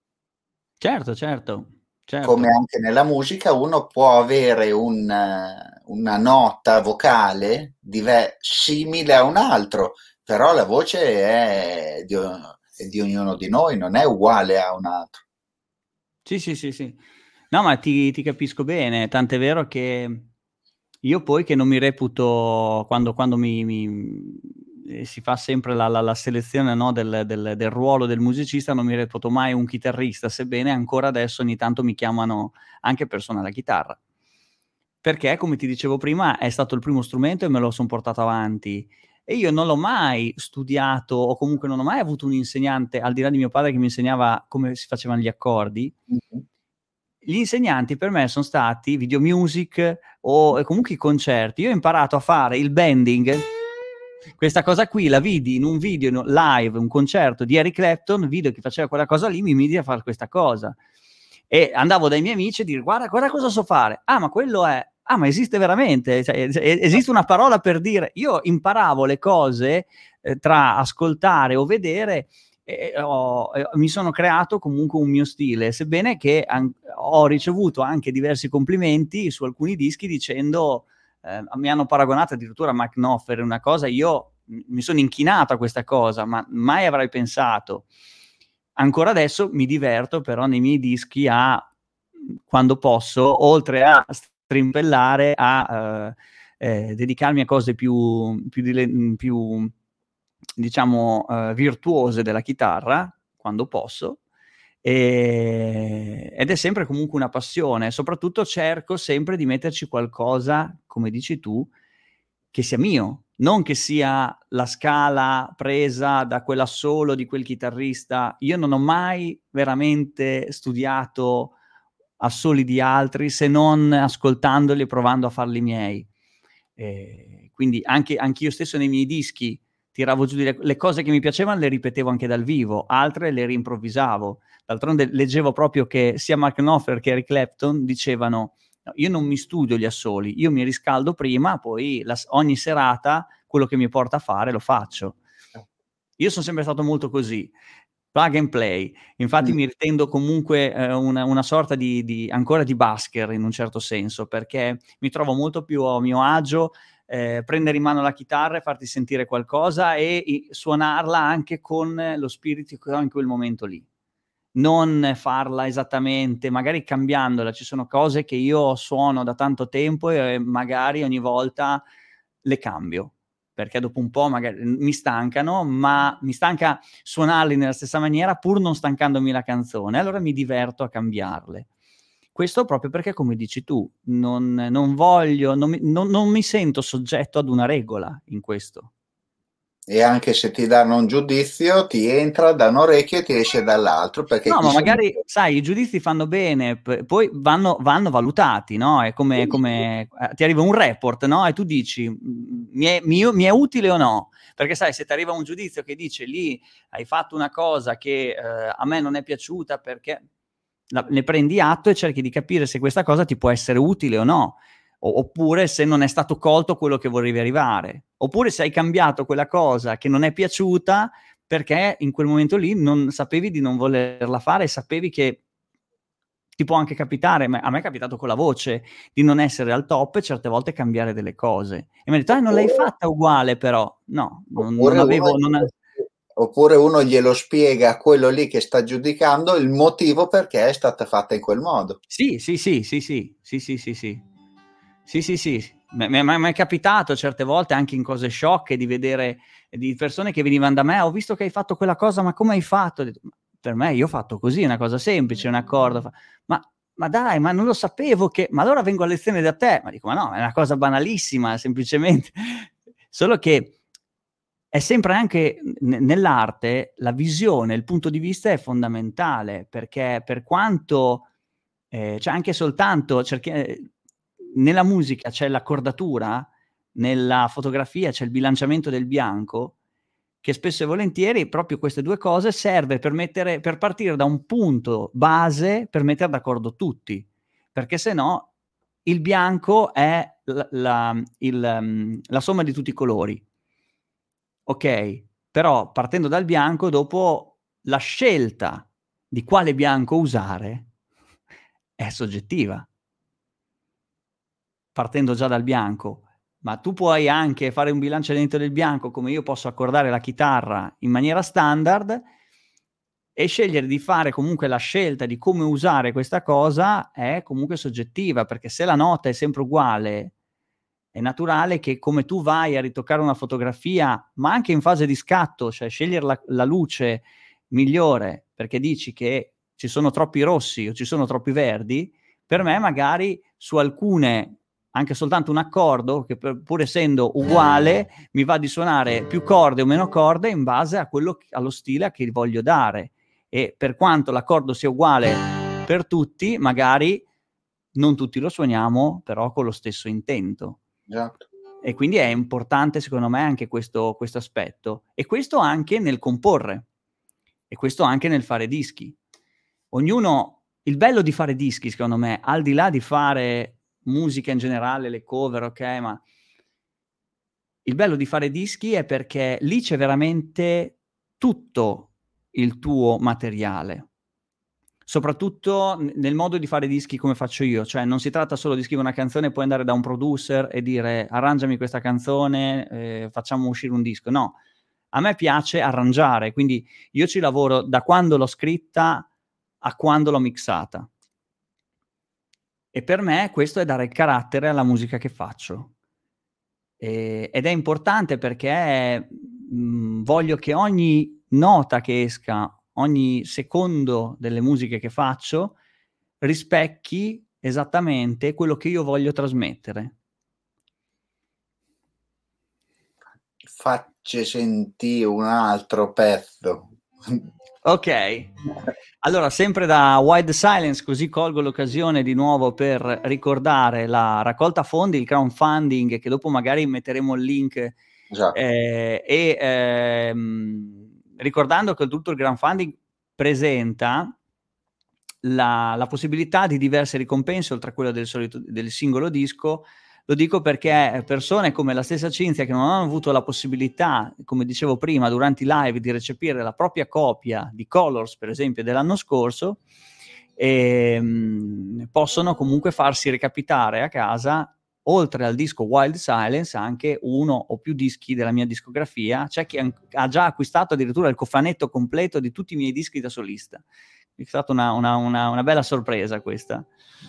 Certo, certo, Come certo. anche nella musica uno può avere un, eh, una nota vocale dive- simile a un altro, però la voce è di, è di ognuno di noi, non è uguale a un altro. Sì, sì, sì, sì. No, ma ti ti capisco bene, tant'è vero che io poi che non mi reputo quando quando mi mi mhmm, ehm, si fa sempre la la la selezione, no, del del del ruolo del musicista, non mi reputo mai un chitarrista, sebbene ancora adesso ogni tanto mi chiamano anche per suonare la chitarra. Perché, come ti dicevo prima, è stato il primo strumento e me lo son portato avanti. E io non l'ho mai studiato o comunque non ho mai avuto un insegnante, al di là di mio padre che mi insegnava come si facevan gli accordi. Mhm. Gli insegnanti per me son stati Video Music o e comunque i concerti. Io ho imparato a fare il bending. Questa cosa qui la vidi in un video no live, un concerto di Eric Clapton, video che faceva quella cosa lì, mi misi a far questa cosa. E andavo dai miei amici a dire: "Guarda, guarda cosa so fare". "Ah, ma quello è". "Ah, ma esiste veramente?" Cioè, es e esiste una parola per dire io imparavo le cose, ehm, tra ascoltare o vedere e ho e mi sono creato comunque un mio stile, sebbene che an ho ricevuto anche diversi complimenti su alcuni dischi dicendo ehm, mi hanno paragonato addirittura a Mark Knopfler, una cosa io m mi sono inchinato a questa cosa, ma mai avrei pensato. Ancora adesso mi diverto però nei miei dischi a mhmm, quando posso, oltre a strimpellare, a, ehm, ehm, dedicarmi a cose più più dile mhmm, più diciamo, ehm, virtuose della chitarra, quando posso, ehm, ed è sempre comunque una passione. Soprattutto cerco sempre di metterci qualcosa, come dici tu, che sia mio, non che sia la scala presa da quell'assolo di quel chitarrista. Io non ho mai veramente studiato assoli di altri, se non ascoltandoli e provando a farli miei. Ehm, quindi anche anch'io stesso nei miei dischi tiravo giù delle le cose che mi piacevan le ripetevo anche dal vivo, altre le rimprovvisavo. D'altronde leggevo proprio che sia Mark Knopfler che Eric Clapton dicevano: "No, io non mi studio gli assoli, io mi riscaldo prima, poi la s ogni serata quello che mi porta a fare lo faccio". Io son sempre stato molto così, plug and play. Infatti Mm. mi ritengo comunque, ehm, una una sorta di di ancora di busker in un certo senso, perché mi trovo molto più a mio agio, ehm, prendere in mano la chitarra e farti sentire qualcosa e i suonarla anche con lo spirito che ho in quel momento lì. Non farla esattamente, magari cambiandola. Ci sono cose che io suono da tanto tempo e magari ogni volta le cambio, perché dopo un po' magari m mi stancano, ma mi stanca suonarli nella stessa maniera pur non stancandomi la canzone, allora mi diverto a cambiarle. Questo proprio perché, come dici tu, non non voglio non mi non non mi sento soggetto ad una regola in questo. E anche se ti danno un giudizio, ti entra da un orecchio e ti esce dall'altro, perché No, chi ma sono magari io? sai i giudizi fanno bene, p poi vanno vanno valutati, no, è come come ehm, ti arriva un report, no, e tu dici: "Mhmm, mi è mio mi è utile o no?" Perché sai se t'arriva un giudizio che dice: "Lì hai fatto una cosa che, ehm, a me non è piaciuta perché" la, ne prendi atto e cerchi di capire se questa cosa ti può essere utile o no, o, oppure se non è stato colto quello che volevi arrivare, oppure se hai cambiato quella cosa che non è piaciuta perché in quel momento lì non sapevi di non volerla fare e sapevi che ti può anche capitare, ma a me è capitato con la voce, di non essere al top e certe volte cambiare delle cose. E mi ha detto: "Ah, non l'hai fatta uguale però". No, non, non Oppure uno, avevo... Non a... oppure uno glielo spiega a quello lì che sta giudicando il motivo perché è stata fatta in quel modo. Sì, sì, sì, sì, sì, sì, sì, sì, sì. Sì, sì, sì. Mi è capitato certe volte anche in cose sciocche di vedere di persone che venivano da me: "Ho visto che hai fatto quella cosa, ma come hai fatto?" Ho detto: "Per me, io ho fatto così, è una cosa semplice, un accordo". Fa: "Ma ma dai, ma non lo sapevo che... ma allora vengo a lezione da te". Ma dico: "Ma no, è una cosa banalissima, semplicemente". Solo che è sempre anche n nell'arte la visione, il punto di vista è fondamentale, perché per quanto, ehm, cioè anche soltanto cerchi ehm, nella musica c'è l'accordatura, nella fotografia c'è il bilanciamento del bianco, che spesso e volentieri proprio queste due cose serve per mettere per partire da un punto base per metter d'accordo tutti, perché se no il bianco è l la il mhmm, la somma di tutti i colori. Okay, però partendo dal bianco dopo la scelta di quale bianco usare è soggettiva. Partendo già dal bianco, ma tu puoi anche fare un bilanciamento del bianco, come io posso accordare la chitarra in maniera standard e scegliere di fare comunque la scelta di come usare questa cosa è comunque soggettiva, perché se la nota è sempre uguale, è naturale che come tu vai a ritoccare una fotografia, ma anche in fase di scatto, cioè scegliere la la luce migliore perché dici che ci sono troppi rossi o ci sono troppi verdi, per me magari su alcune anche soltanto un accordo che per pur essendo uguale, mi va di suonare più corde o meno corde in base a quello c allo stile a che voglio dare. E per quanto l'accordo sia uguale per tutti, magari non tutti lo suoniamo però con lo stesso intento. Esatto. E quindi è importante secondo me anche questo questo aspetto. E questo anche nel comporre, e questo anche nel fare dischi. Ognuno il bello di fare dischi secondo me, al di là di fare musica in generale, le cover, okay, ma il bello di fare dischi è perché lì c'è veramente tutto il tuo materiale. Soprattutto n nel modo di fare dischi come faccio io, cioè non si tratta solo di scrivere una canzone e poi andare da un producer e dire: "Arrangiami questa canzone, ehm, facciamo uscire un disco". No, a me piace arrangiare, quindi io ci lavoro da quando l'ho scritta a quando l'ho mixata. E per me questo è dare il carattere alla musica che faccio. Ehm, ed è importante perché, mhmm, voglio che ogni nota che esca, ogni secondo delle musiche che faccio, rispecchi esattamente quello che io voglio trasmettere. Facci sentì un altro pezzo. Okay. Allora sempre da Wild Silence, così colgo l'occasione di nuovo per ricordare la raccolta fondi, il crowdfunding, che dopo magari metteremo il link, Esatto. ehm, e, ehm, ricordando che tutto il crowdfunding presenta la la possibilità di diverse ricompense oltre a quella del solito del singolo disco. Lo dico perché persone come la stessa Cinzia che non hanno avuto la possibilità, come dicevo prima, durante i live di recepire la propria copia di Colors, per esempio, dell'anno scorso, ehm, possono comunque farsi recapitare a casa, oltre al disco Wild Silence, anche uno o più dischi della mia discografia. C'è chi an ha già acquistato addirittura il cofanetto completo di tutti i miei dischi da solista. È stata una una una una bella sorpresa questa.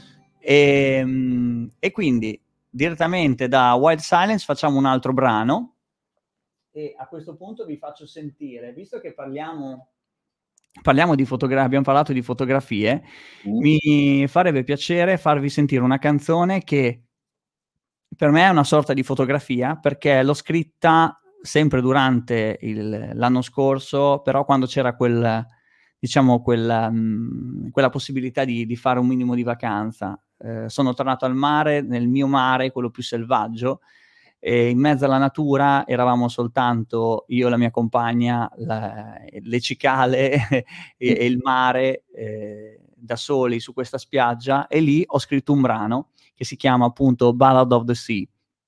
Ehm, e quindi direttamente da Wild Silence facciamo un altro brano e a questo punto vi faccio sentire, visto che parliamo parliamo di fotogra abbiamo parlato di fotografie, Mh. mi farebbe piacere farvi sentire una canzone che per me è una sorta di fotografia, perché l'ho scritta sempre durante il l'anno scorso, però quando c'era quel diciamo quel mhmm, quella possibilità di di fare un minimo di vacanza. Ehm, sono tornato al mare, nel mio mare, quello più selvaggio, e in mezzo alla natura eravamo soltanto io e la mia compagna, la le cicale e e il mare, ehm, da soli su questa spiaggia, e lì ho scritto un brano che si chiama appunto Ballad of the Sea.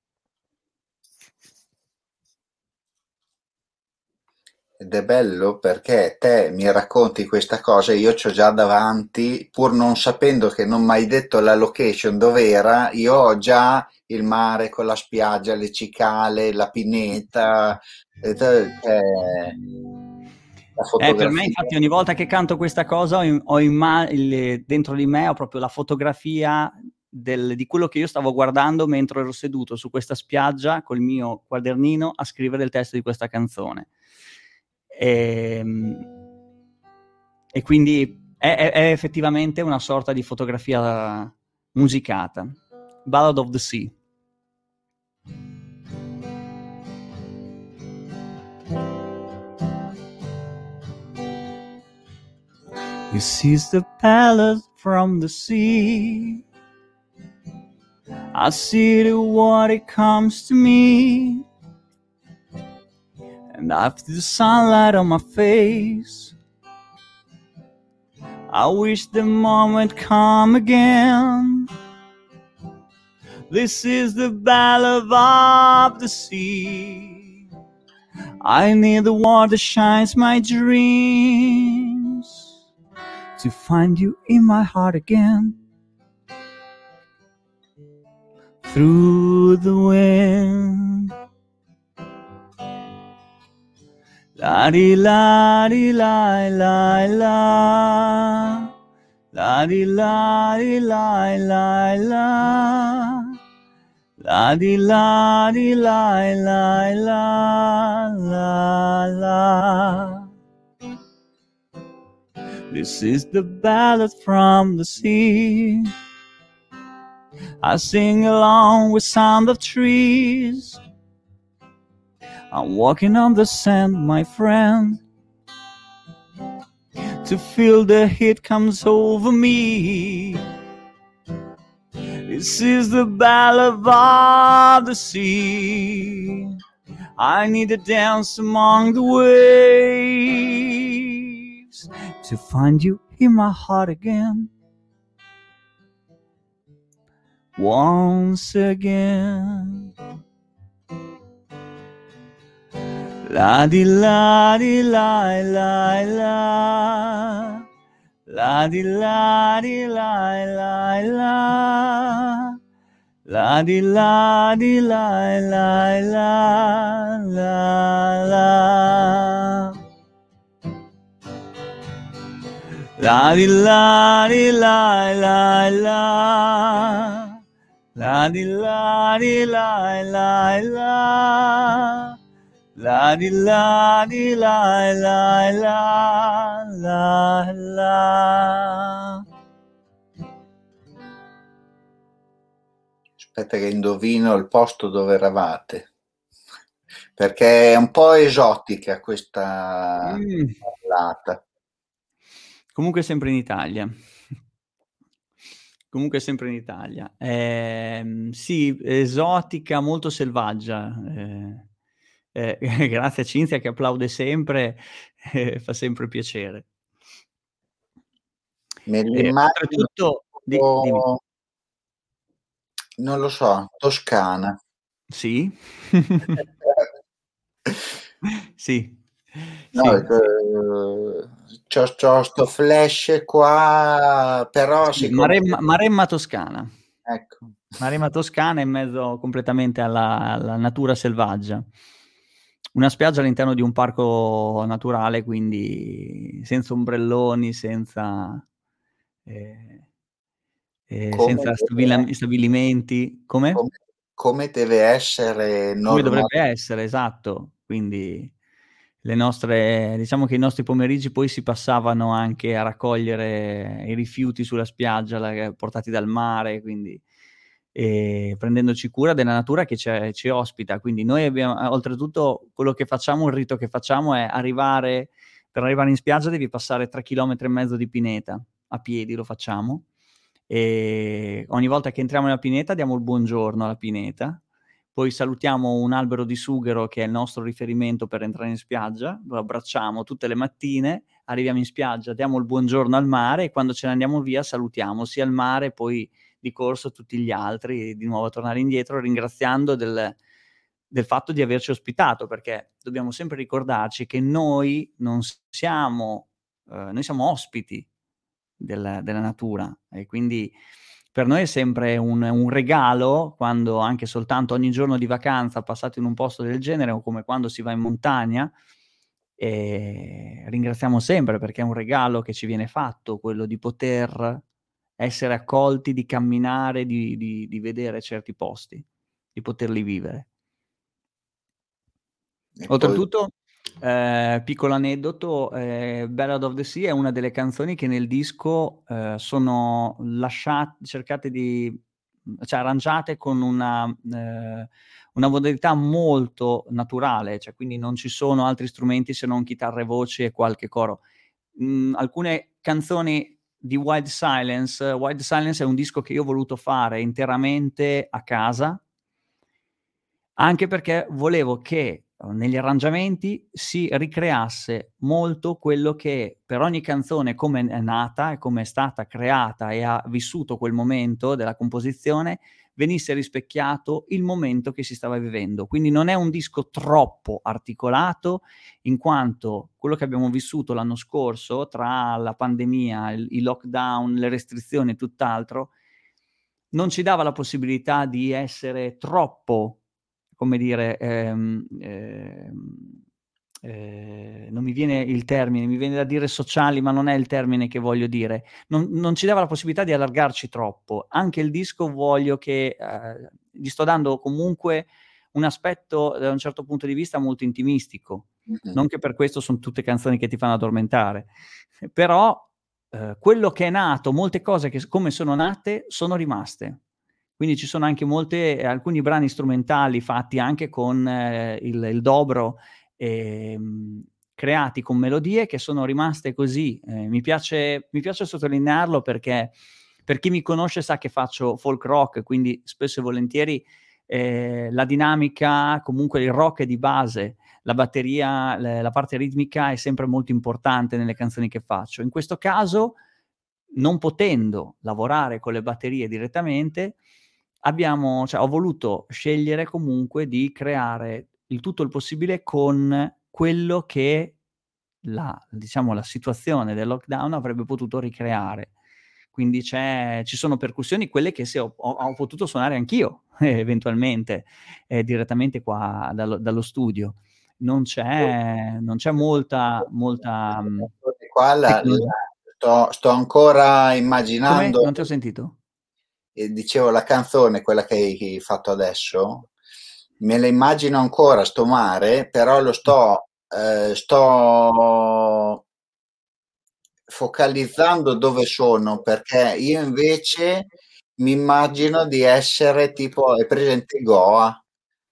Ed è bello perché te mi racconti questa cosa e io c'ho già davanti, pur non sapendo che non mi hai detto la location dove era, io ho già il mare con la spiaggia, le cicale, la pineta, e te- cioè, la Eh, per me, fotografia. infatti, ogni volta che canto questa cosa, ho, in- ho imma- il- dentro di me ho proprio la fotografia del- di quello che io stavo guardando mentre ero seduto su questa spiaggia col mio quadernino a scrivere il testo di questa canzone. E, e quindi è, è- è effettivamente una sorta di fotografia musicata. Ballad of the Sea. This is the palace from the sea. I see the water comes to me, and after the sunlight on my face, I wish the moment come again. This is the ballad of the sea. I need the water shines my dreams to find you in my heart again. Through the wind, la di la di la la la, la di la di la la la, la di la di la la la la la. This is the ballad from the sea. I sing along with sound of trees. I'm walking on the sand, my friend, to feel the heat comes over me. This is the ballad of the sea. I need to dance among the waves to find you in my heart again. Once again. La di la di la la la, la di la di la la la, la di la di la la la la la, la di la di la la la, la di la di la la la. La di la di la la la la la. Aspetta che indovino il posto dove eravate, perché è un po' esotica questa Mm. ballata. Comunque sempre in Italia. Comunque sempre in Italia. Ehm, sì, esotica, molto selvaggia. Eh, eh, grazie a Cinzia che applaude sempre, eh, fa sempre piacere. Me E l'immagino oltretutto, di, dimmi. tipo, non lo so, Toscana. Sì? Sì, No, sì, sì. eh, c'ho, c'ho sto flash qua, però Sì, siccome... Maremma, Maremma Toscana. Ecco. Maremma Toscana in mezzo completamente alla, alla natura selvaggia. Una spiaggia all'interno di un parco naturale, quindi senza ombrelloni, senza, eh, eh, Come senza deve, stabila- stabilimenti. Come? come, come deve essere Come normale. dovrebbe essere, esatto. Quindi le nostre, diciamo che i nostri pomeriggi poi si passavano anche a raccogliere i rifiuti sulla spiaggia la- portati dal mare, quindi e prendendoci cura della natura che ci, ci ospita. Quindi noi abbiamo, oltretutto, quello che facciamo, il rito che facciamo è arrivare, per arrivare in spiaggia devi passare tre chilometri e mezzo di pineta, a piedi lo facciamo, e ogni volta che entriamo nella pineta diamo il buongiorno alla pineta. poi salutiamo un albero di sughero che è il nostro riferimento per entrare in spiaggia, lo abbracciamo tutte le mattine, arriviamo in spiaggia, diamo il buongiorno al mare e quando ce ne andiamo via salutiamo sia il mare, poi di corso tutti gli altri, di nuovo a tornare indietro ringraziando del, del fatto di averci ospitato, perché dobbiamo sempre ricordarci che noi non siamo, eh, noi siamo ospiti del, della natura e quindi per noi è sempre un, un regalo quando anche soltanto ogni giorno di vacanza passato in un posto del genere o come quando si va in montagna, e ringraziamo sempre perché è un regalo che ci viene fatto quello di poter essere accolti, di camminare, di, di, di vedere certi posti, di poterli vivere. E poi Oltretutto, eh, piccolo aneddoto, eh, Ballad of the Sea è una delle canzoni che nel disco eh, sono lasciate, cercate di, cioè arrangiate con una, eh, una modalità molto naturale, cioè quindi non ci sono altri strumenti se non chitarra e voce e qualche coro. Mm, alcune canzoni di Wild Silence, Wild Silence è un disco che io ho voluto fare interamente a casa, anche perché volevo che negli arrangiamenti si ricreasse molto quello che per ogni canzone, come è nata e come è stata creata e ha vissuto quel momento della composizione, venisse rispecchiato il momento che si stava vivendo. Quindi non è un disco troppo articolato, in quanto quello che abbiamo vissuto l'anno scorso, tra la pandemia, il, i lockdown, le restrizioni e tutt'altro, non ci dava la possibilità di essere troppo, come dire, ehm, ehm, eh, non mi viene il termine, mi viene da dire sociali, ma non è il termine che voglio dire. Non, non ci dava la possibilità di allargarci troppo. Anche il disco voglio che eh, gli sto dando comunque un aspetto da un certo punto di vista molto intimistico. mm-hmm. Non che per questo sono tutte canzoni che ti fanno addormentare, però eh, quello che è nato, molte cose che come sono nate sono rimaste. Quindi ci sono anche molte, alcuni brani strumentali fatti anche con eh, il, il dobro, ehm, creati con melodie che sono rimaste così. Eh, mi piace, mi piace sottolinearlo perché per chi mi conosce sa che faccio folk rock, quindi spesso e volentieri eh, la dinamica, comunque il rock è di base, la batteria, le, la parte ritmica è sempre molto importante nelle canzoni che faccio. In questo caso, non potendo lavorare con le batterie direttamente, abbiamo, cioè, ho voluto scegliere comunque di creare il tutto il possibile con quello che la, diciamo, la situazione del lockdown avrebbe potuto ricreare. Quindi c'è, ci sono percussioni, quelle che se ho, ho, ho potuto suonare anch'io, eh, eventualmente, eh, direttamente qua dallo, dallo studio. Non c'è, non c'è molta, molta mh, qua la, la, tecnologia. sto, sto ancora Come? immaginando, Non ti ho sentito? e dicevo la canzone, quella che hai fatto adesso, me la immagino ancora sto mare, però lo sto, eh, sto focalizzando dove sono, perché io invece mi immagino di essere tipo, è presente Goa?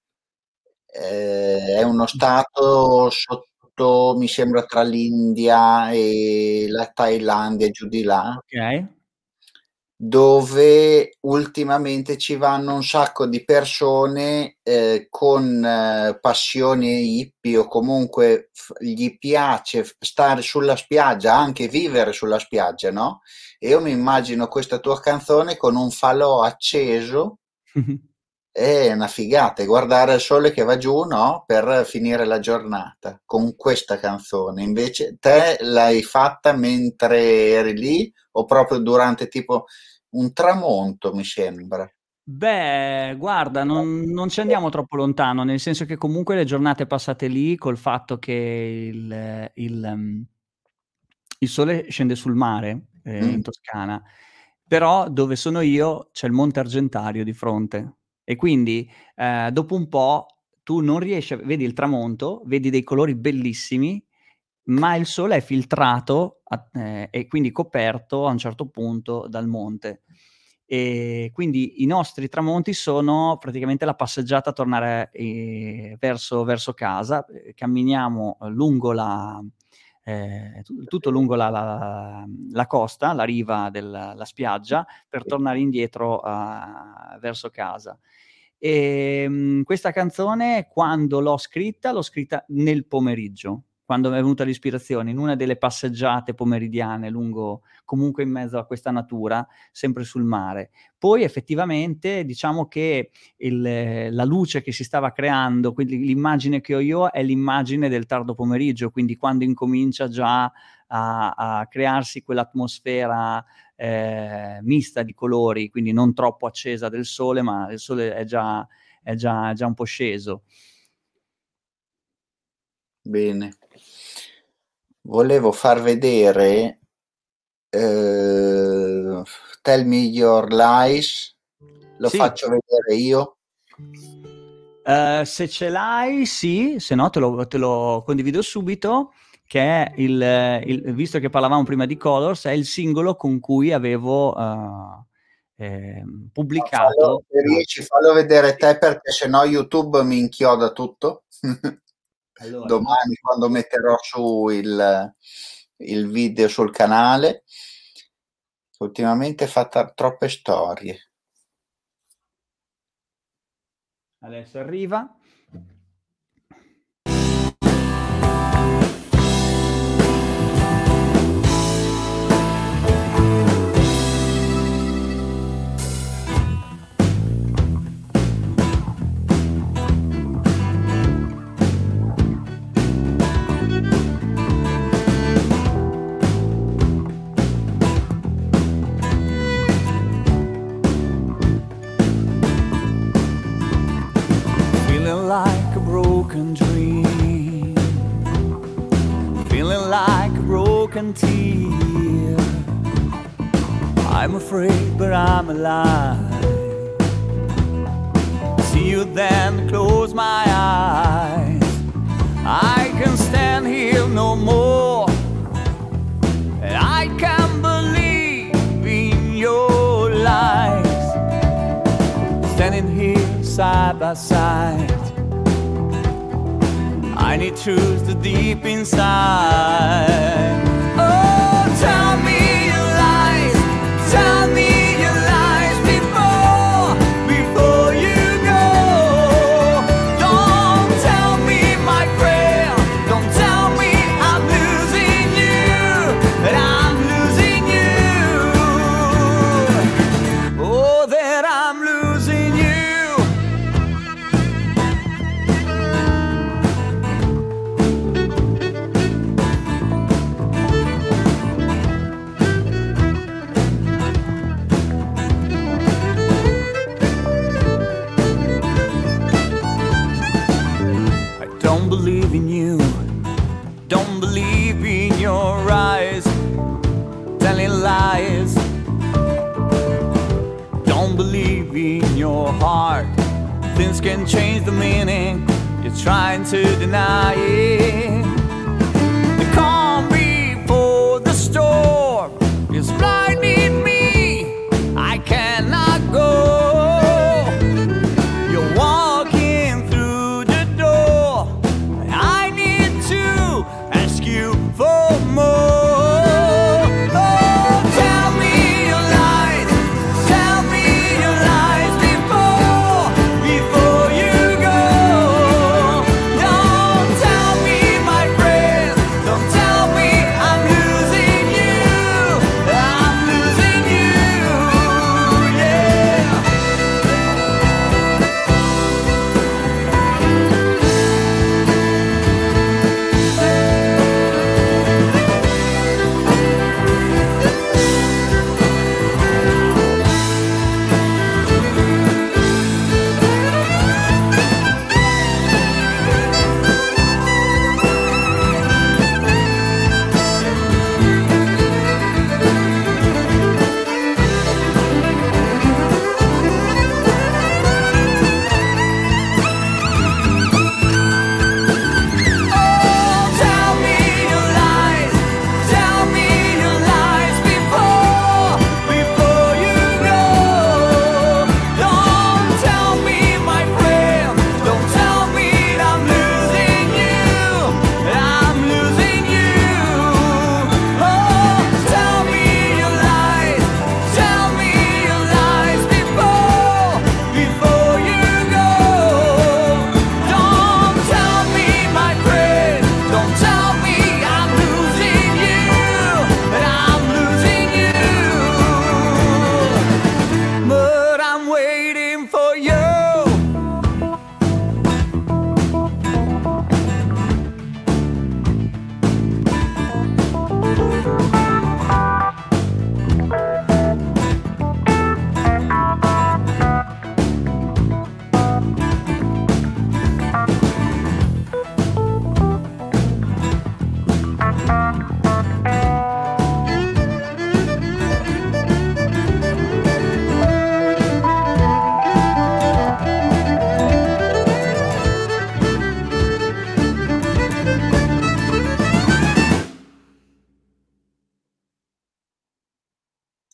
Eh, è uno stato sotto, mi sembra, tra l'India e la Thailandia, giù di là, Ok. dove ultimamente ci vanno un sacco di persone eh, con eh, passione hippie o comunque f- gli piace f- stare sulla spiaggia, anche vivere sulla spiaggia, no? E io mi immagino questa tua canzone con un falò acceso. È una figata, e guardare il sole che va giù, no? Per finire la giornata con questa canzone. Invece te l'hai fatta mentre eri lì o proprio durante tipo un tramonto, mi sembra. Beh, guarda, non, non ci andiamo troppo lontano, nel senso che comunque le giornate passate lì, col fatto che il, il, um, il sole scende sul mare, eh, in Mm. Toscana, però dove sono io c'è il Monte Argentario di fronte e quindi eh, dopo un po' tu non riesci a... vedi il tramonto, vedi dei colori bellissimi, ma il sole è filtrato a- eh, e quindi coperto a un certo punto dal monte. E quindi i nostri tramonti sono praticamente la passeggiata a tornare eh, verso, verso casa. Eh, camminiamo lungo la, eh, tu- tutto lungo la, la- la costa, la riva della la spiaggia, per tornare indietro uh, verso casa. E mh, questa canzone, quando l'ho scritta, l'ho scritta nel pomeriggio, quando mi è venuta l'ispirazione, in una delle passeggiate pomeridiane lungo, comunque in mezzo a questa natura, sempre sul mare. Poi effettivamente diciamo che il, la luce che si stava creando, quindi l'immagine che ho io è l'immagine del tardo pomeriggio, quindi quando incomincia già a, a crearsi quell'atmosfera eh, mista di colori, quindi non troppo accesa del sole, ma il sole è già, è già, è già un po' sceso. Bene. Volevo far vedere eh, Tell Me Your Lies. Lo Sì. faccio vedere io? Uh, se ce l'hai, sì, se no te lo, te lo condivido subito, che è il, il, visto che parlavamo prima di Colors, è il singolo con cui avevo uh, eh, pubblicato. Fallo, se riesci, fallo vedere te, perché sennò YouTube mi inchioda tutto. Allora, Domani, no. quando metterò su il, il video sul canale, ultimamente fa t- troppe storie. Adesso arriva. Like a broken dream, feeling like a broken tear. I'm afraid, but I'm alive. See you then, close my eyes. I can stand here no more, and I can't believe in your lies. Standing here side by side, I need truth the deep inside. Oh, tell me your lies, tell me your lies before, before you go. Don't tell me, my friend, don't tell me I'm losing you, that I'm losing you. Oh, that I'm losing you. Don't believe in you, don't believe in your eyes, telling lies. Don't believe in your heart, things can change the meaning, you're trying to deny it. The calm before the storm is blinding me, I cannot go. You're walking through the door, I need to ask you for more. Oh, tell me your lies, tell me your lies before, before you go. Don't tell me, my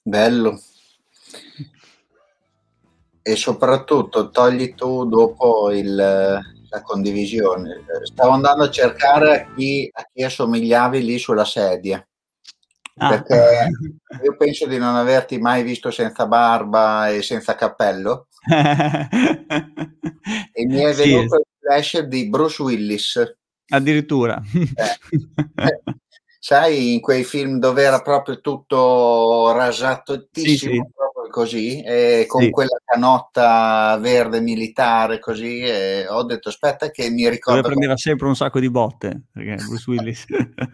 Bello. E soprattutto togli tu dopo il, la condivisione. Stavo andando a cercare a chi, a chi assomigliavi lì sulla sedia, Ah. perché io penso di non averti mai visto senza barba e senza cappello, e mi è Sì, venuto il flash di Bruce Willis. addirittura. Eh. Sai, in quei film dove era proprio tutto Sì, rasatissimo, sì. proprio così, e con Sì. quella canotta verde militare così, e ho detto aspetta che mi Dove ricordo. prendeva sempre un sacco di botte, perché Bruce Willis.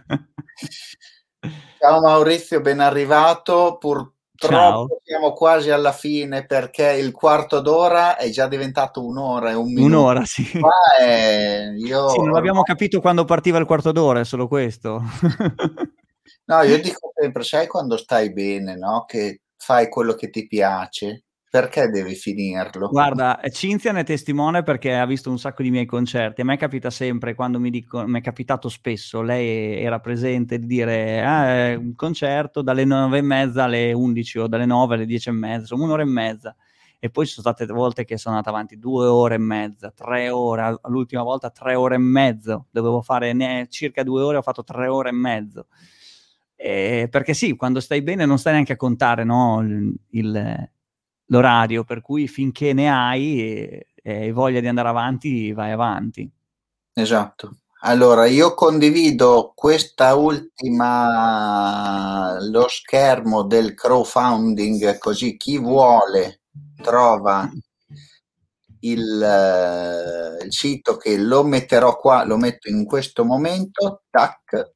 Ciao Maurizio, ben arrivato. Ciao. Purtroppo siamo quasi alla fine perché il quarto d'ora è già diventato un'ora e un minuto. Un'ora, sì. Qua è... io Sì, non abbiamo ormai... capito quando partiva il quarto d'ora, è solo questo. No, io dico sempre, sai quando stai bene, no? Che fai quello che ti piace, perché devi finirlo? Guarda, Cinzia ne è testimone perché ha visto un sacco di miei concerti. A me capita sempre, quando mi dico, mi è capitato spesso, lei era presente, di dire ah, un concerto dalle nove e mezza alle undici o dalle nove alle dieci e mezza, insomma un'ora e mezza. E poi ci sono state volte che sono andata avanti due ore e mezza, tre ore, l'ultima volta tre ore e mezzo, dovevo fare ne- circa due ore, ho fatto tre ore e mezzo. Eh, perché sì, quando stai bene non stai neanche a contare, no, il, il- l'orario, per cui finché ne hai e, e hai voglia di andare avanti, vai avanti. Esatto. Allora, io condivido questa ultima, lo schermo del crowdfunding, così chi vuole trova il, eh, il sito, che lo metterò qua, lo metto in questo momento, tac,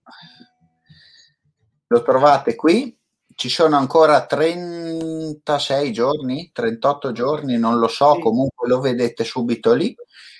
lo trovate qui. Ci sono ancora trentasei giorni, trentotto giorni, non lo so, Sì. comunque lo vedete subito lì,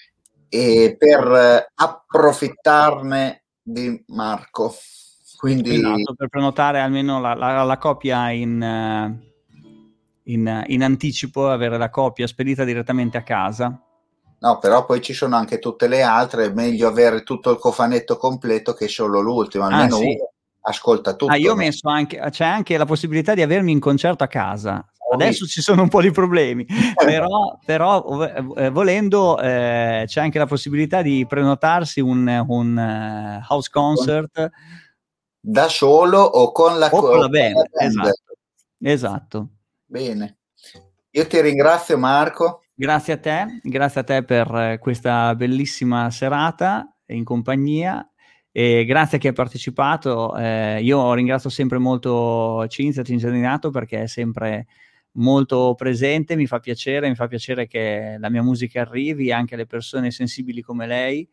e per approfittarne di Marco. Quindi Esatto, per prenotare almeno la, la, la copia in, eh, in, in anticipo, avere la copia spedita direttamente a casa. no, però poi ci sono anche tutte le altre, è meglio avere tutto il cofanetto completo che solo l'ultimo, Ah almeno sì. uno ascolta Ah, io tutto, ho no? messo anche, c'è anche la possibilità di avermi in concerto a casa. Ho Adesso visto. ci sono un po' di problemi, però, però eh, volendo eh, c'è anche la possibilità di prenotarsi un, un uh, house concert Da solo o con la, o co- con la con la band. band? Esatto, esatto. Bene. Io ti ringrazio Marco. Grazie a te, grazie a te per eh, questa bellissima serata in compagnia e grazie a chi ha partecipato. Eh, io ringrazio sempre molto Cinzia, Cinzia Donato, perché è sempre molto presente, mi fa piacere, mi fa piacere che la mia musica arrivi anche alle persone sensibili come lei.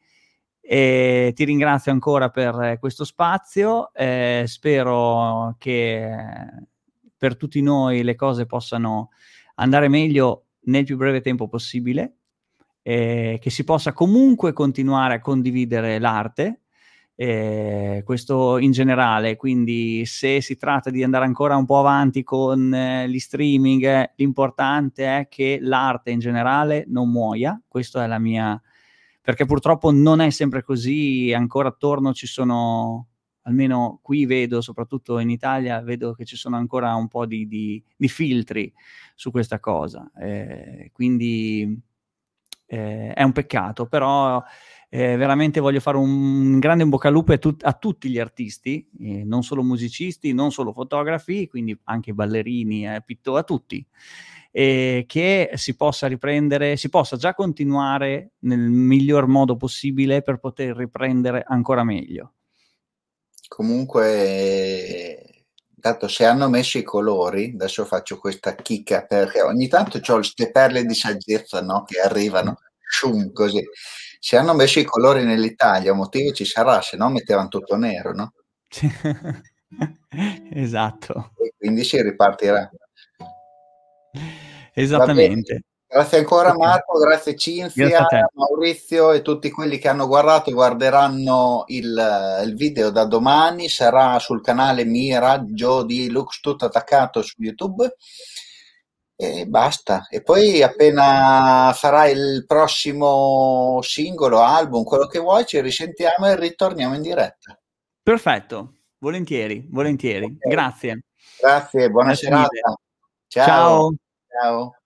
E ti ringrazio ancora per questo spazio, eh, spero che per tutti noi le cose possano andare meglio nel più breve tempo possibile, eh, che si possa comunque continuare a condividere l'arte, eh, questo in generale, quindi se si tratta di andare ancora un po' avanti con eh, gli streaming, eh, l'importante è che l'arte in generale non muoia, questa è la mia, perché purtroppo non è sempre così, ancora attorno ci sono, almeno qui vedo, soprattutto in Italia, vedo che ci sono ancora un po' di, di, di filtri su questa cosa, eh, quindi eh, è un peccato, però eh, veramente voglio fare un grande in bocca al lupo a, tut- a tutti gli artisti, eh, non solo musicisti, non solo fotografi, quindi anche ballerini, eh, pittori, a tutti, e che si possa riprendere, si possa già continuare nel miglior modo possibile per poter riprendere ancora meglio. Comunque, dato se hanno messo i colori, adesso faccio questa chicca perché ogni tanto ho queste perle di saggezza, no, che arrivano, shum, così. Se hanno messo i colori nell'Italia, un motivo ci sarà, se no mettevano tutto nero, no? Esatto. E quindi si ripartirà. Va bene. Esattamente. Grazie ancora Okay. Marco, grazie Grazie Cinzia, a te. Maurizio e tutti quelli che hanno guardato e guarderanno il, il video da domani. Sarà sul canale Mi Raggio di Lux, tutto attaccato su YouTube. E basta. E poi appena farai il prossimo singolo, album, quello che vuoi, ci risentiamo e ritorniamo in diretta. Perfetto, volentieri, volentieri. Ok. Grazie. Grazie, buona Grazie mille. serata. Ciao. Ciao. Ciao.